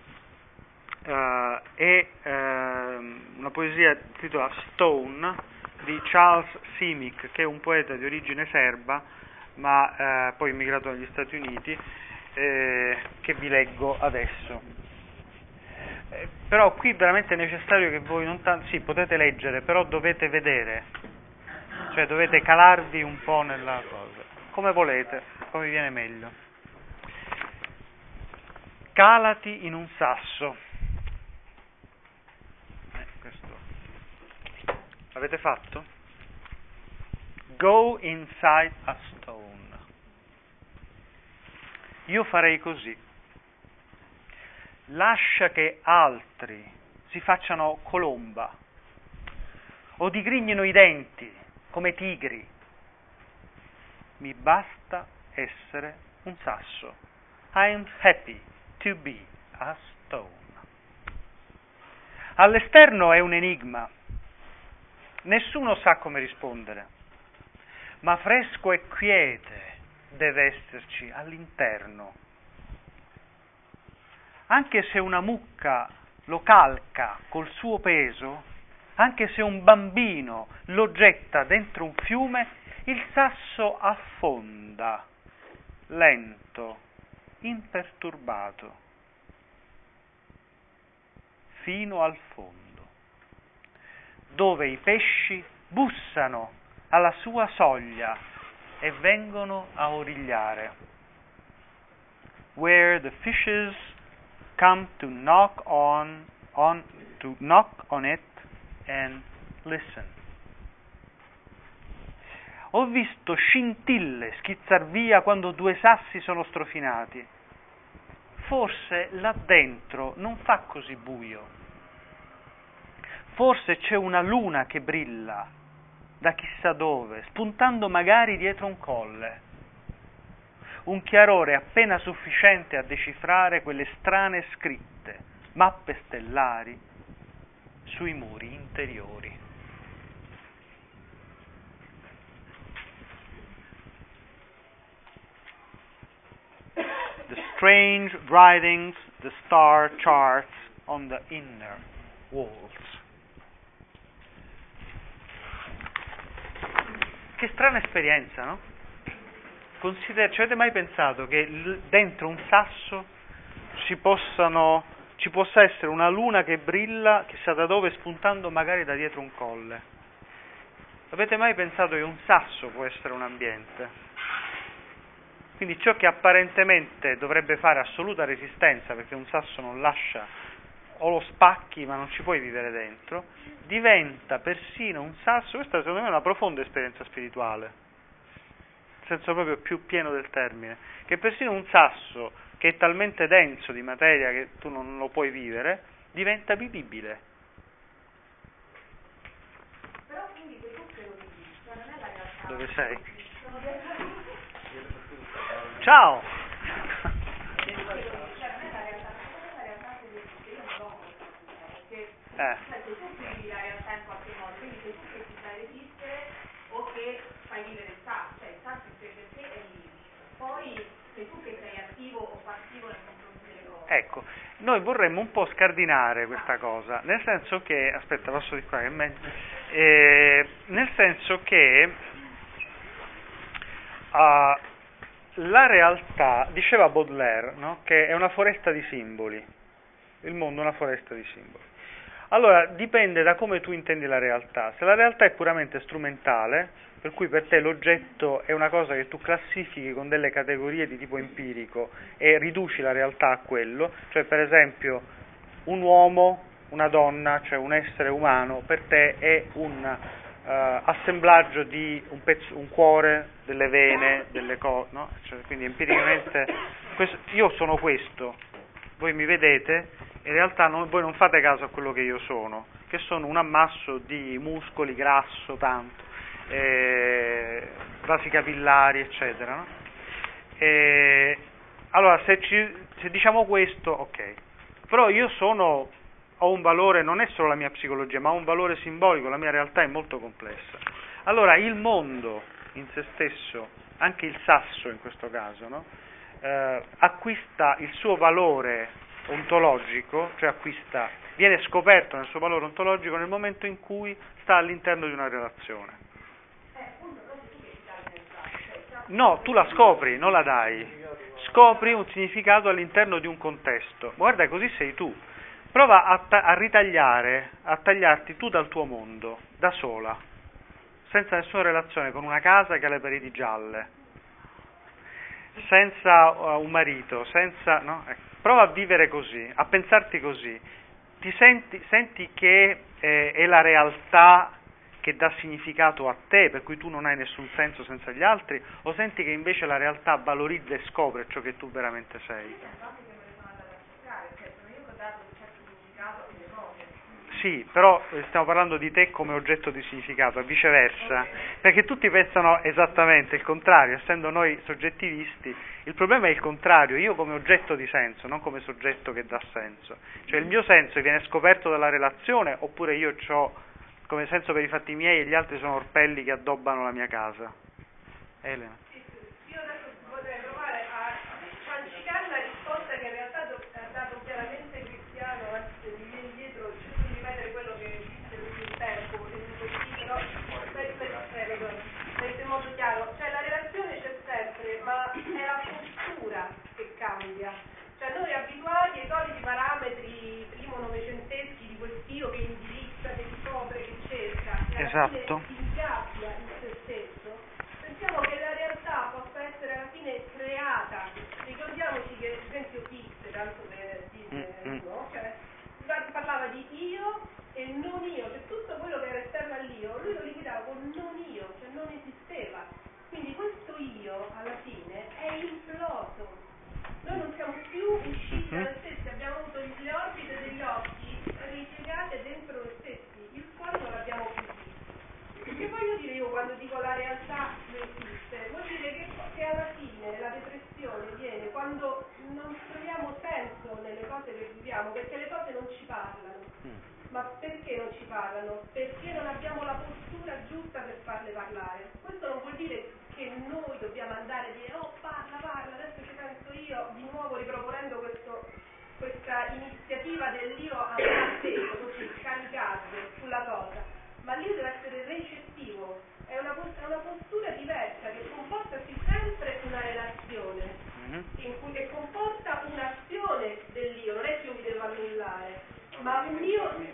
S1: è una poesia intitolata Stone di Charles Simic, che è un poeta di origine serba, ma poi immigrato negli Stati Uniti, che vi leggo adesso. Però qui veramente è necessario che voi non tanto, sì, potete leggere, però dovete vedere, cioè dovete calarvi un po' nella cosa, come volete, come viene meglio. Calati in un sasso. Questo. L'avete fatto? Go inside a stone. Io farei così. Lascia che altri si facciano colomba o digrignino i denti come tigri. Mi basta essere un sasso. I'm happy to be a stone. All'esterno è un enigma. Nessuno sa come rispondere, ma fresco e quiete deve esserci all'interno. Anche se una mucca lo calca col suo peso, anche se un bambino lo getta dentro un fiume, il sasso affonda, lento, imperturbato, fino al fondo, dove i pesci bussano alla sua soglia e vengono a origliare. Where the fishes come to knock on it and listen. Ho visto scintille schizzar via quando due sassi sono strofinati. Forse là dentro non fa così buio. Forse c'è una luna che brilla da chissà dove, spuntando magari dietro un colle. Un chiarore appena sufficiente a decifrare quelle strane scritte, mappe stellari, sui muri interiori. The strange writings, the star charts on the inner walls. Che strana esperienza, no? Ci avete mai pensato che dentro un sasso ci possa essere una luna che brilla, chissà da dove, spuntando magari da dietro un colle? Avete mai pensato che un sasso può essere un ambiente? Quindi ciò che apparentemente dovrebbe fare assoluta resistenza, perché un sasso non lascia, o lo spacchi ma non ci puoi vivere dentro, diventa persino un sasso. Questa secondo me è una profonda esperienza spirituale, nel senso proprio più pieno del termine, che persino un sasso che è talmente denso di materia che tu non lo puoi vivere, diventa vivibile.
S2: Però quindi che tu te lo dici, cioè non è la realtà.
S1: Dove sei? Ciao!
S2: Cioè non è la realtà, questa realtà che io non l'ho questa cosa, perché cioè, se tu vivi la realtà in qualche modo, quindi sei tu che ti fai resistere o che fai vivere il sasso, cioè il sasso per te è lì, poi sei tu che sei attivo o passivo nei confronti delle cose.
S1: Ecco, noi vorremmo un po' scardinare questa cosa, nel senso che, aspetta, passo di qua che è meglio, nel senso che la realtà, diceva Baudelaire, no? Che è una foresta di simboli, il mondo è una foresta di simboli. Allora, dipende da come tu intendi la realtà. Se la realtà è puramente strumentale, per cui per te l'oggetto è una cosa che tu classifichi con delle categorie di tipo empirico e riduci la realtà a quello, cioè per esempio un uomo, una donna, cioè un essere umano, per te è un assemblaggio di un cuore, delle vene, delle cose, no? Cioè, quindi empiricamente io sono questo, voi mi vedete, in realtà voi non fate caso a quello che io sono, che sono un ammasso di muscoli, grasso, tanto, vasi capillari, eccetera, no? Allora, se diciamo questo, ok, però io sono ho un valore, non è solo la mia psicologia, ma ha un valore simbolico, la mia realtà è molto complessa. Allora il mondo in se stesso, anche il sasso in questo caso, no? Acquista il suo valore ontologico, cioè viene scoperto nel suo valore ontologico nel momento in cui sta all'interno di una relazione. No, tu la scopri, non la dai. Scopri un significato all'interno di un contesto. Guarda, così sei tu. Prova a ritagliare, a tagliarti tu dal tuo mondo, da sola, senza nessuna relazione, con una casa che ha le pareti gialle, senza un marito, senza... No? Prova a vivere così, a pensarti così. Senti che è la realtà che dà significato a te, per cui tu non hai nessun senso senza gli altri, o senti che invece la realtà valorizza e scopre ciò che tu veramente sei? Sì, però stiamo parlando di te come oggetto di significato, viceversa, perché tutti pensano esattamente il contrario, essendo noi soggettivisti, il problema è il contrario, io come oggetto di senso, non come soggetto che dà senso, cioè il mio senso viene scoperto dalla relazione, oppure io ho come senso per i fatti miei e gli altri sono orpelli che addobbano la mia casa. Elena.
S2: Io adesso vorrei provare a quantificare la risposta che in realtà ha dato chiaramente Cristiano, anzi mi viene indietro, cerco di ripetere quello che disse lui il tempo, però per in modo chiaro, cioè la relazione c'è sempre, ma è la postura che cambia. Cioè noi abituati ai soliti parametri primo novecenteschi di quel Dio che indirizza, che scopre, che cerca, che alla fine si ingabbia in se stesso, pensiamo che la realtà possa essere alla fine creata. Ricordiamoci che, ad esempio, Fichte, tanto per dire, no? Cioè, parlava di io e non io, cioè tutto quello che era esterno all'io, lui lo liquidava con non io, cioè non esisteva. Quindi questo io, alla fine, è imploso. Noi non siamo più usciti da noi stessi, abbiamo avuto le orbite degli occhi ripiegate dentro noi stessi, il fuori non l'abbiamo più visto. Che voglio dire io quando dico la realtà non esiste? Vuol dire che alla fine la depressione viene quando non troviamo senso nelle cose che viviamo, perché le cose non ci parlano. Ma perché non ci parlano? Perché non abbiamo la postura giusta per farle parlare. Questo non vuol dire che noi dobbiamo andare a dire oh parla, adesso ci penso io, di nuovo riproponendo questa iniziativa dell'io a sé, così kamikaze sulla cosa, ma l'io deve essere recettivo, è una postura diversa che comporta sempre una relazione, che comporta un'azione dell'io, non è che io mi devo annullare, ma un io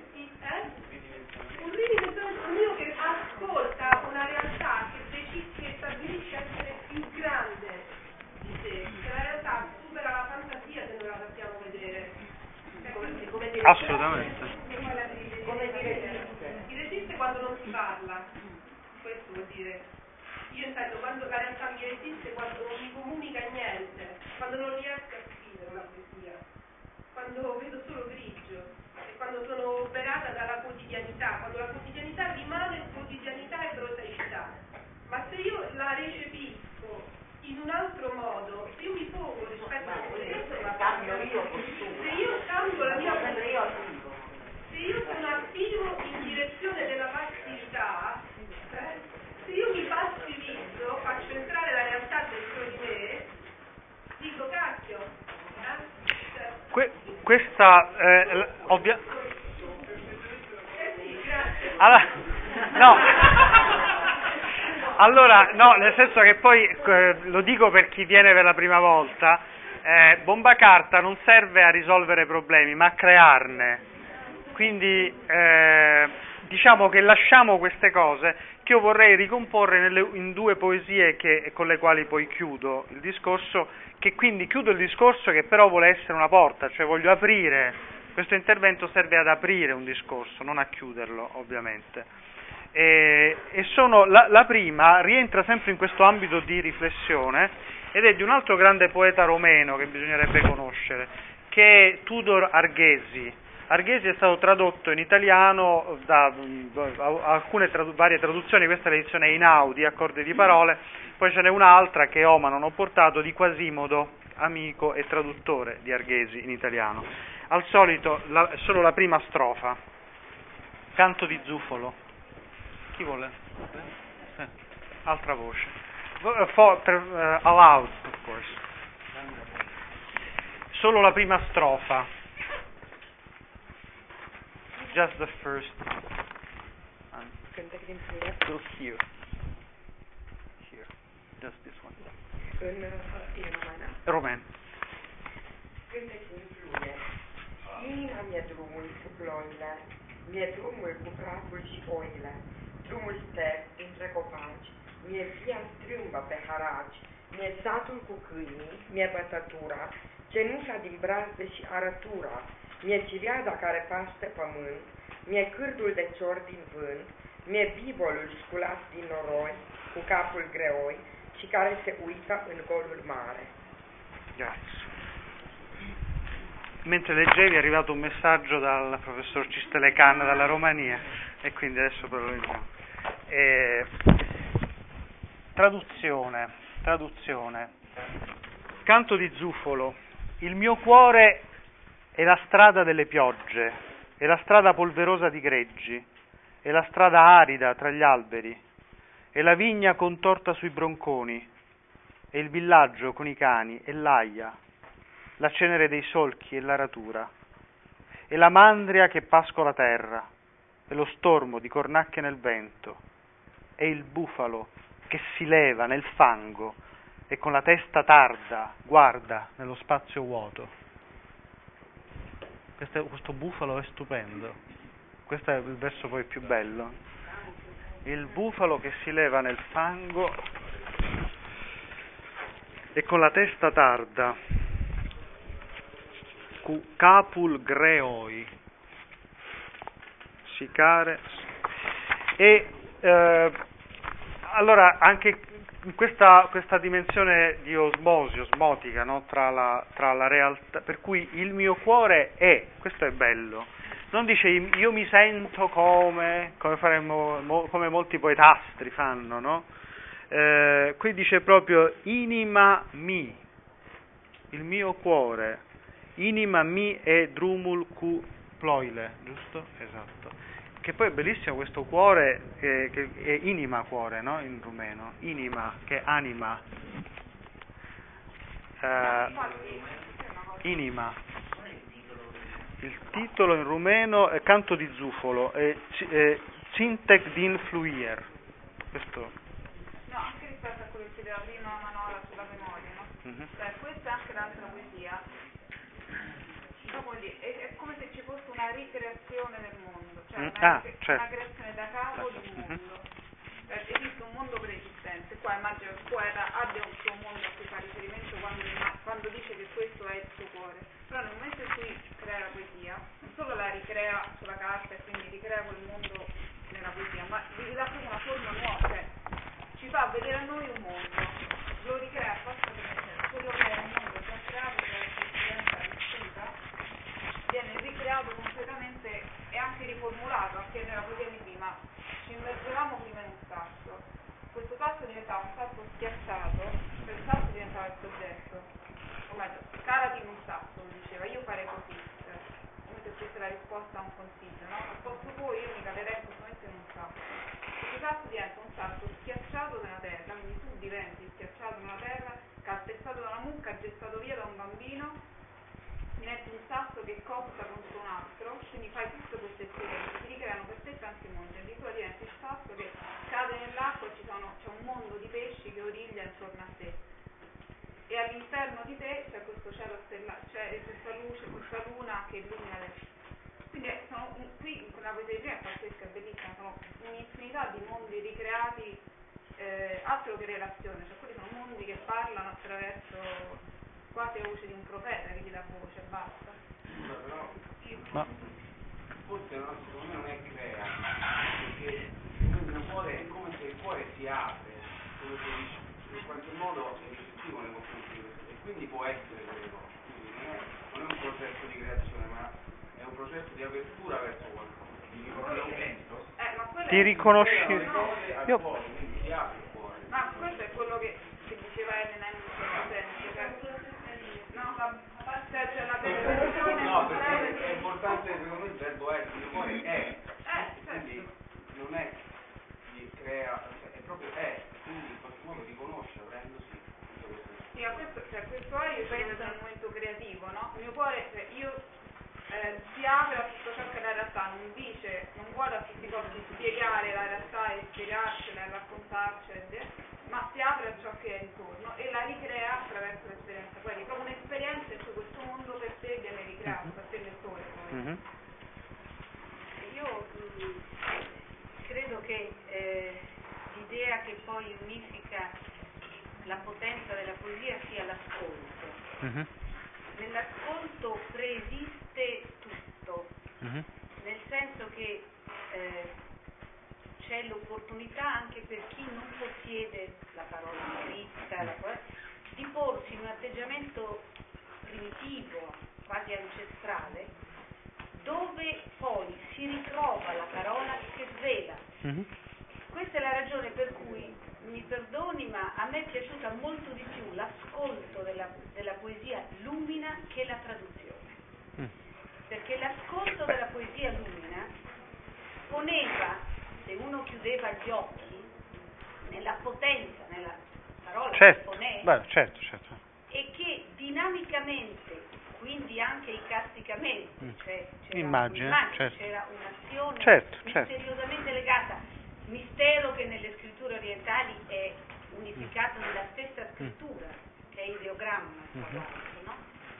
S2: che ascolta una realtà che stabilisce essere più grande di sé, che la realtà supera la fantasia se non la sappiamo vedere. Come dire,
S1: assolutamente.
S2: Come dire, si resiste quando non si parla, questo vuol dire. Io intendo quando la realtà mi resiste, quando non mi comunica niente, quando non riesco a scrivere una poesia, quando vedo solo grigio. Quando sono oberata dalla quotidianità, quando la quotidianità rimane quotidianità e prosaicità. Ma se io la recepisco in un altro modo, se io mi pongo rispetto a questo, se io cambio la mia postura, se io sono attivo in direzione della passività, se io mi passivizzo, faccio entrare la realtà dentro di me, dico cacchio,
S1: questa allora, no, nel senso che poi lo dico per chi viene per la prima volta, bomba carta non serve a risolvere problemi, ma a crearne. Quindi diciamo che lasciamo queste cose che io vorrei ricomporre in due poesie con le quali poi chiudo il discorso, che quindi chiudo il discorso che però vuole essere una porta, cioè voglio aprire, questo intervento serve ad aprire un discorso, non a chiuderlo ovviamente. E sono la prima rientra sempre in questo ambito di riflessione ed è di un altro grande poeta romeno che bisognerebbe conoscere, che è Tudor Arghezi. Arghezi è stato tradotto in italiano da alcune varie traduzioni, questa è l'edizione Einaudi, accordi di parole, poi ce n'è un'altra che ho ma non ho portato, di Quasimodo, amico e traduttore di Arghezi in italiano. al solito solo la prima strofa, canto di zufolo. Chi vuole? Altra voce. Aloud, of course. Solo la prima strofa. Just the first. So here. Here. Just this one. Roman.
S6: Cântecul fluie, inima mi-e drumul cu ploile, mi-e drumul cu praful și oile, drumul stert dintre copaci, mi-e via strâmbă pe haraci, mi-e satul cu câinii, mi-e bătătura, cenușa din brazde și arătura, mi-e cireada care paște pământ, mi-e cârdul de cior din vânt, mi-e bibolul sculat din noroi, cu capul greoi și care se uită în golul mare.
S1: Grazie. Mentre leggevi è arrivato un messaggio dal professor Cistelecan dalla Romania e quindi adesso ve lo leggiamo. Traduzione. Canto di zufolo. Il mio cuore è la strada delle piogge, è la strada polverosa di greggi, è la strada arida tra gli alberi, è la vigna contorta sui bronconi, è il villaggio con i cani e l'aia, la cenere dei solchi e l'aratura, è la mandria che pascola terra, è lo stormo di cornacchie nel vento, è il bufalo che si leva nel fango e con la testa tarda guarda nello spazio vuoto. Questo bufalo è stupendo. Questo è il verso poi più bello. Il bufalo che si leva nel fango e con la testa tarda, cu capul greoi, sicare. E allora anche in questa dimensione di osmosi, osmotica, no? tra la realtà, per cui il mio cuore è, questo è bello, non dice io mi sento come molti poetastri fanno, no? Qui dice proprio inima mi, il mio cuore, inima mi e drumul cu ploile, giusto? Esatto. Che poi è bellissimo questo cuore, che è inima cuore, no? In rumeno, inima, che è anima, inima. Il titolo in rumeno è Canto di zufolo, è Cintec din fluier. Questo.
S2: No, anche rispetto a quello che chiedeva prima Manola sulla memoria, no?
S1: Mm-hmm.
S2: Cioè, questa è anche l'altra poesia. È come se ci fosse una ricreazione del mondo, cioè una creazione da capo di un mondo. Esiste un mondo preesistente, qua immagino che il poeta abbia un suo mondo a cui fa riferimento quando dice che questo è il suo cuore, però nel momento in cui crea la poesia, non solo la ricrea sulla carta e quindi ricrea quel mondo nella poesia, ma gli dà proprio una forma nuova, cioè ci fa vedere a noi un mondo, lo ricrea apposta per quello che è un mondo già creato, che è l'esperienza vissuta, viene ricreato completamente e anche riformulato, anche nella poesia di prima. Ci immergevamo prima in un sasso, questo sasso diventava un sasso schiacciato, cioè il sasso diventava il soggetto, o meglio, calati in un sasso, lo diceva, io farei così, come se fosse la risposta a un consiglio, no? Al posto voi io mi calerei in questo momento in un sasso. Questo sasso diventa un sasso schiacciato nella terra, quindi tu diventi schiacciato nella terra, calpestato da una mucca, gettato via da un bambino, metti un sasso che costa contro un altro, quindi fai tutte queste esperienze, si ricreano per te tanti mondi, addirittura diventi il sasso che cade nell'acqua e c'è un mondo di pesci che origlia intorno a te. E all'interno di te c'è questo cielo stellato, c'è questa luce, questa luna che illumina te. Quindi qui con la poesia di prima è pazzesca, è bellissima, sono un'infinità di mondi ricreati, altro che relazione, cioè quelli sono mondi che parlano attraverso quasi la voce di un profeta che gli dà voce e basta.
S7: Ma forse secondo me non è crea, perché il cuore è come se il cuore si apre, come se in qualche modo è ricettivo nei confronti di questo, e quindi può essere quelle cose. Quindi non è un processo di creazione, ma è un processo di apertura verso qualcosa, di riconoscimento.
S1: Ti riconosci?
S7: Io... quindi si apre il cuore.
S2: Ma questo è quello che diceva Elena in questo senso, cioè, no, c'è la percezione
S7: l'importante secondo me il verbo è, il cuore è, quindi non è si crea, è proprio è, quindi in qualche modo riconosce aprendosi tutto questo.
S2: Sì, a questo cuore io penso nel momento creativo, no? Il mio cuore, si apre a tutto ciò che la realtà non dice, non vuole a tutti i costi spiegare la realtà e spiegarcela e raccontarcela, ma si apre a ciò che è intorno e la ricrea attraverso l'esperienza. Quindi proprio un'esperienza in cui questo mondo per te viene ricreato, per te lettore.
S8: Io credo che l'idea che poi unifica la potenza della poesia sia l'ascolto. Nell'ascolto preesiste tutto, nel senso che c'è l'opportunità anche per chi non possiede la parola scritta, di porsi in un atteggiamento primitivo, quasi ancestrale, dove poi si ritrova la parola che svela. Questa è la ragione per cui, mi perdoni, ma a me è piaciuta molto di più l'ascolto della poesia lumina che la traduzione. Perché l'ascolto della poesia lumina poneva, se uno chiudeva gli occhi, nella potenza, nella parola che poneva,
S1: certo.
S8: e che dinamicamente, quindi anche icasticamente, cioè c'era
S1: Immagine,
S8: un'immagine,
S1: certo.
S8: c'era un'azione
S1: Certo.
S8: misteriosamente legata, mistero che nelle scritture orientali è unificato nella stessa scrittura, che è ideogramma, tra l'altro, no?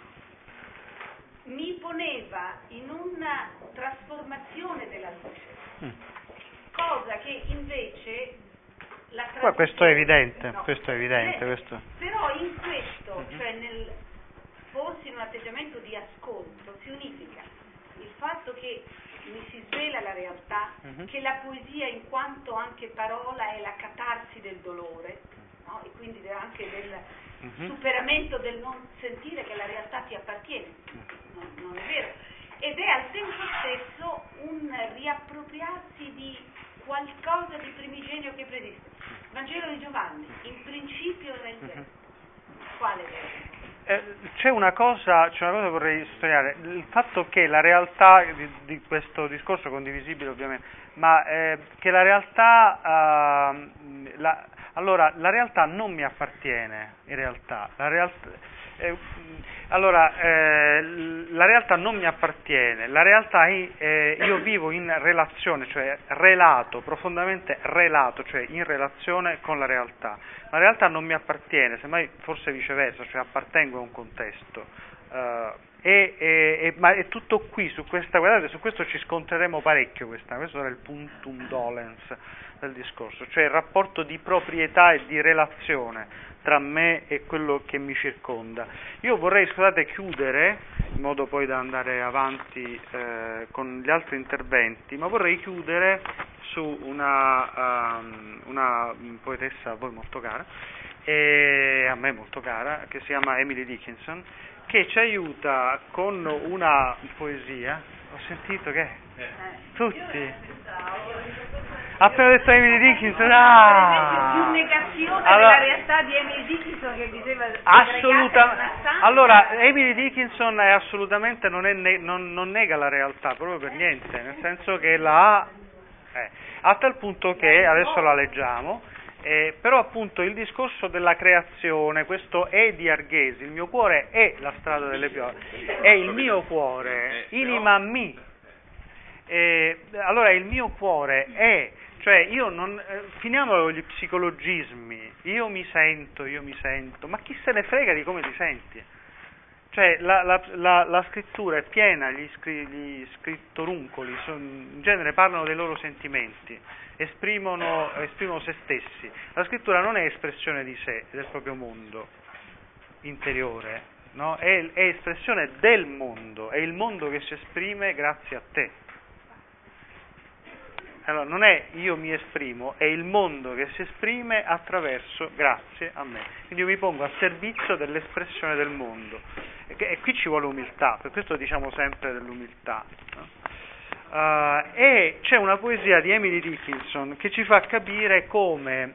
S8: Mi poneva in una trasformazione della luce, cosa che invece la traduzione...
S1: Questo è evidente,
S8: no,
S1: questo è evidente. Questo.
S8: Però in questo, cioè nel porsi in un atteggiamento di ascolto, si unifica il fatto che mi si svela la realtà, che la poesia in quanto anche parola è la catarsi del dolore, no? E quindi anche del superamento del non sentire che la realtà ti appartiene, non è vero, ed è al tempo stesso un riappropriarsi di qualcosa di primigenio che preesiste. Vangelo di Giovanni, in principio era il verbo. Quale verbo?
S1: C'è una cosa che vorrei sottolineare, il fatto che la realtà di questo discorso, condivisibile ovviamente, ma che la realtà, la realtà non mi appartiene, in realtà, la realtà non mi appartiene, la realtà io vivo in relazione, cioè profondamente relato, cioè in relazione con la realtà. La realtà non mi appartiene, semmai forse viceversa, cioè appartengo a un contesto. Ma è tutto qui, guardate, su questo ci scontreremo parecchio questo era il puntum dolens del discorso, cioè il rapporto di proprietà e di relazione tra me e quello che mi circonda. Io vorrei, chiudere, in modo poi da andare avanti con gli altri interventi, ma vorrei chiudere su una poetessa a voi molto cara, e a me molto cara, che si chiama Emily Dickinson, che ci aiuta con una poesia. Ho sentito che tutti appena detto Emily Dickinson,
S8: più negazione della realtà di Emily Dickinson che diceva
S1: assolutamente. Allora, Emily Dickinson è assolutamente non nega la realtà proprio per niente, nel senso che a tal punto che adesso la leggiamo. Però appunto il discorso della creazione, questo è di Arghesi, il mio cuore è la strada delle piove, è il mio cuore, inima a me. Allora il mio cuore è, cioè io non, finiamolo gli psicologismi, io mi sento, ma chi se ne frega di come ti senti? Cioè la scrittura è piena, gli scrittoruncoli in genere parlano dei loro sentimenti, esprimono se stessi. La scrittura non è espressione di sé, del proprio mondo interiore, no? È espressione del mondo, è il mondo che si esprime grazie a te. Allora non è io mi esprimo, è il mondo che si esprime grazie a me. Quindi io mi pongo a servizio dell'espressione del mondo. E qui ci vuole umiltà, per questo diciamo sempre dell'umiltà. No? E c'è una poesia di Emily Dickinson che ci fa capire come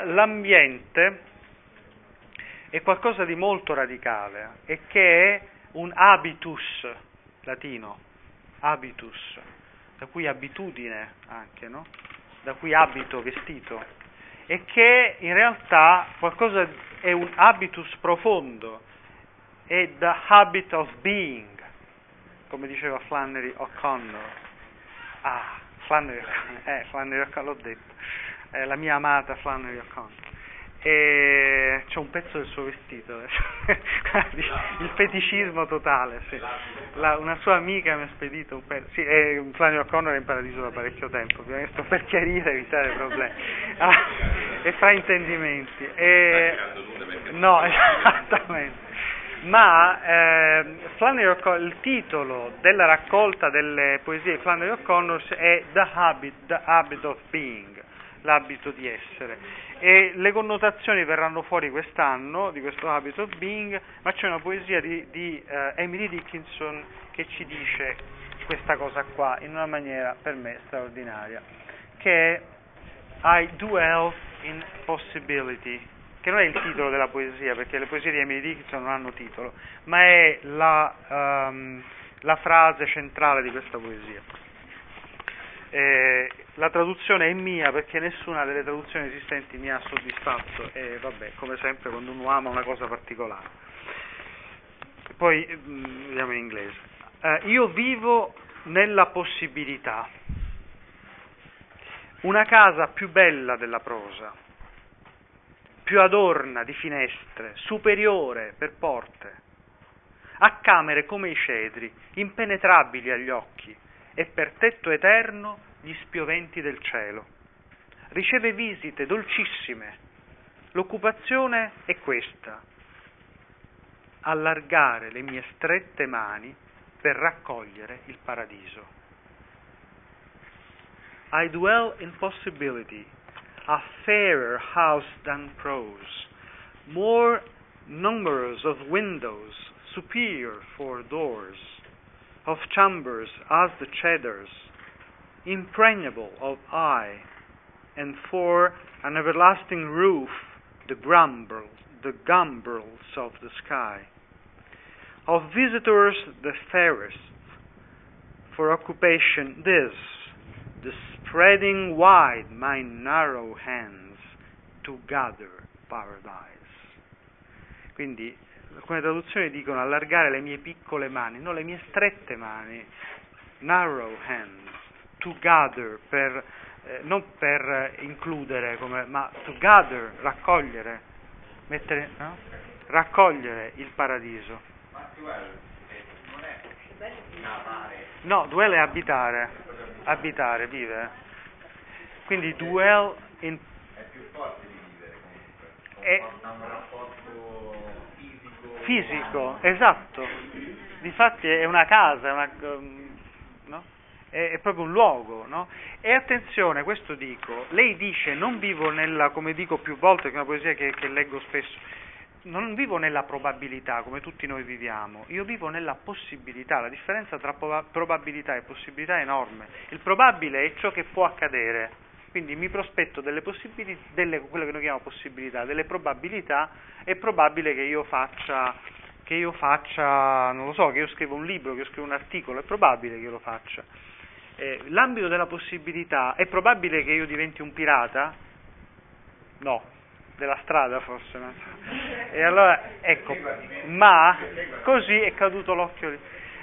S1: l'ambiente è qualcosa di molto radicale e che un habitus, latino, habitus, da cui abitudine anche, no? Da cui abito, vestito, e che in realtà qualcosa è un habitus profondo, è the habit of being, come diceva Flannery O'Connor. Flannery O'Connor, l'ho detto, la mia amata Flannery O'Connor. E c'ho un pezzo del suo vestito il feticismo totale, sì. Una sua amica mi ha spedito un pezzo, sì, Flannery O'Connor è in paradiso da parecchio tempo, ovviamente sto per chiarire, evitare problemi e fraintendimenti no, esattamente. Ma Flannery O'Connor, il titolo della raccolta delle poesie di Flannery O'Connor è The Habit of Being, l'abito di essere, e le connotazioni verranno fuori quest'anno di questo Habit of Being, ma c'è una poesia di Emily Dickinson che ci dice questa cosa qua in una maniera per me straordinaria, che è I dwell in possibility, che non è il titolo della poesia, perché le poesie di Emily Dickinson non hanno titolo, ma è la frase centrale di questa poesia. La traduzione è mia, perché nessuna delle traduzioni esistenti mi ha soddisfatto, e vabbè, come sempre quando uno ama una cosa particolare. Poi vediamo in inglese. Io vivo nella possibilità, una casa più bella della prosa, più adorna di finestre, superiore per porte, ha camere come i cedri, impenetrabili agli occhi, e per tetto eterno gli spioventi del cielo. Riceve visite dolcissime. L'occupazione è questa: allargare le mie strette mani per raccogliere il paradiso. I dwell in possibility, a fairer house than prose, more numerous of windows, superior for doors, of chambers as the cedars, impregnable of eye, and for an everlasting roof the gambrels of the sky, of visitors the fairest, for occupation this, the spreading wide my narrow hands to gather paradise. Quindi alcune traduzioni dicono allargare le mie piccole mani, no, le mie strette mani, narrow hands, to gather, non per includere, ma to gather, raccogliere, mettere, no? Raccogliere il paradiso.
S5: Ma dwell non è navare.
S1: No, dwell è abitare, vivere. Quindi dwell in...
S5: È più forte di vivere comunque, ha un rapporto fisico, esatto.
S1: Difatti è una casa, no? È proprio un luogo, no? E attenzione, questo dico, lei dice non vivo nella, come dico più volte, che è una poesia che leggo spesso, non vivo nella probabilità come tutti noi viviamo, io vivo nella possibilità. La differenza tra probabilità e possibilità è enorme. Il probabile è ciò che può accadere, quindi mi prospetto delle possibilità, quello che noi chiamiamo possibilità, delle probabilità. È probabile che io faccia, non lo so, che io scriva un libro, che io scriva un articolo, è probabile che io lo faccia. L'ambito della possibilità, è probabile che io diventi un pirata? No. Della strada forse, no? E allora, ecco, ma così è caduto l'occhio.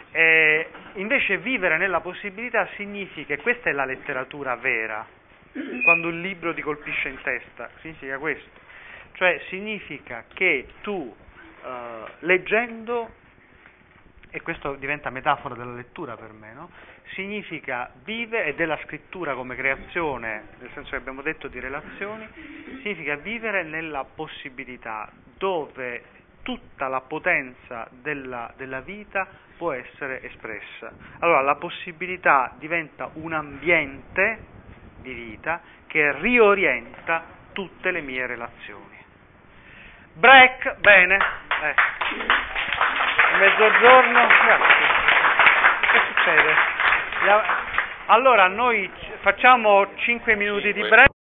S1: Invece vivere nella possibilità significa, e questa è la letteratura vera, quando il libro ti colpisce in testa, significa questo, cioè significa che tu leggendo, e questo diventa metafora della lettura per me, no? Significa vivere, e della scrittura come creazione, nel senso che abbiamo detto di relazioni, significa vivere nella possibilità, dove tutta la potenza della vita può essere espressa. Allora la possibilità diventa un ambiente di vita che riorienta tutte le mie relazioni. Break, bene, mezzogiorno, grazie. Che succede? Allora noi facciamo 5 minuti di break.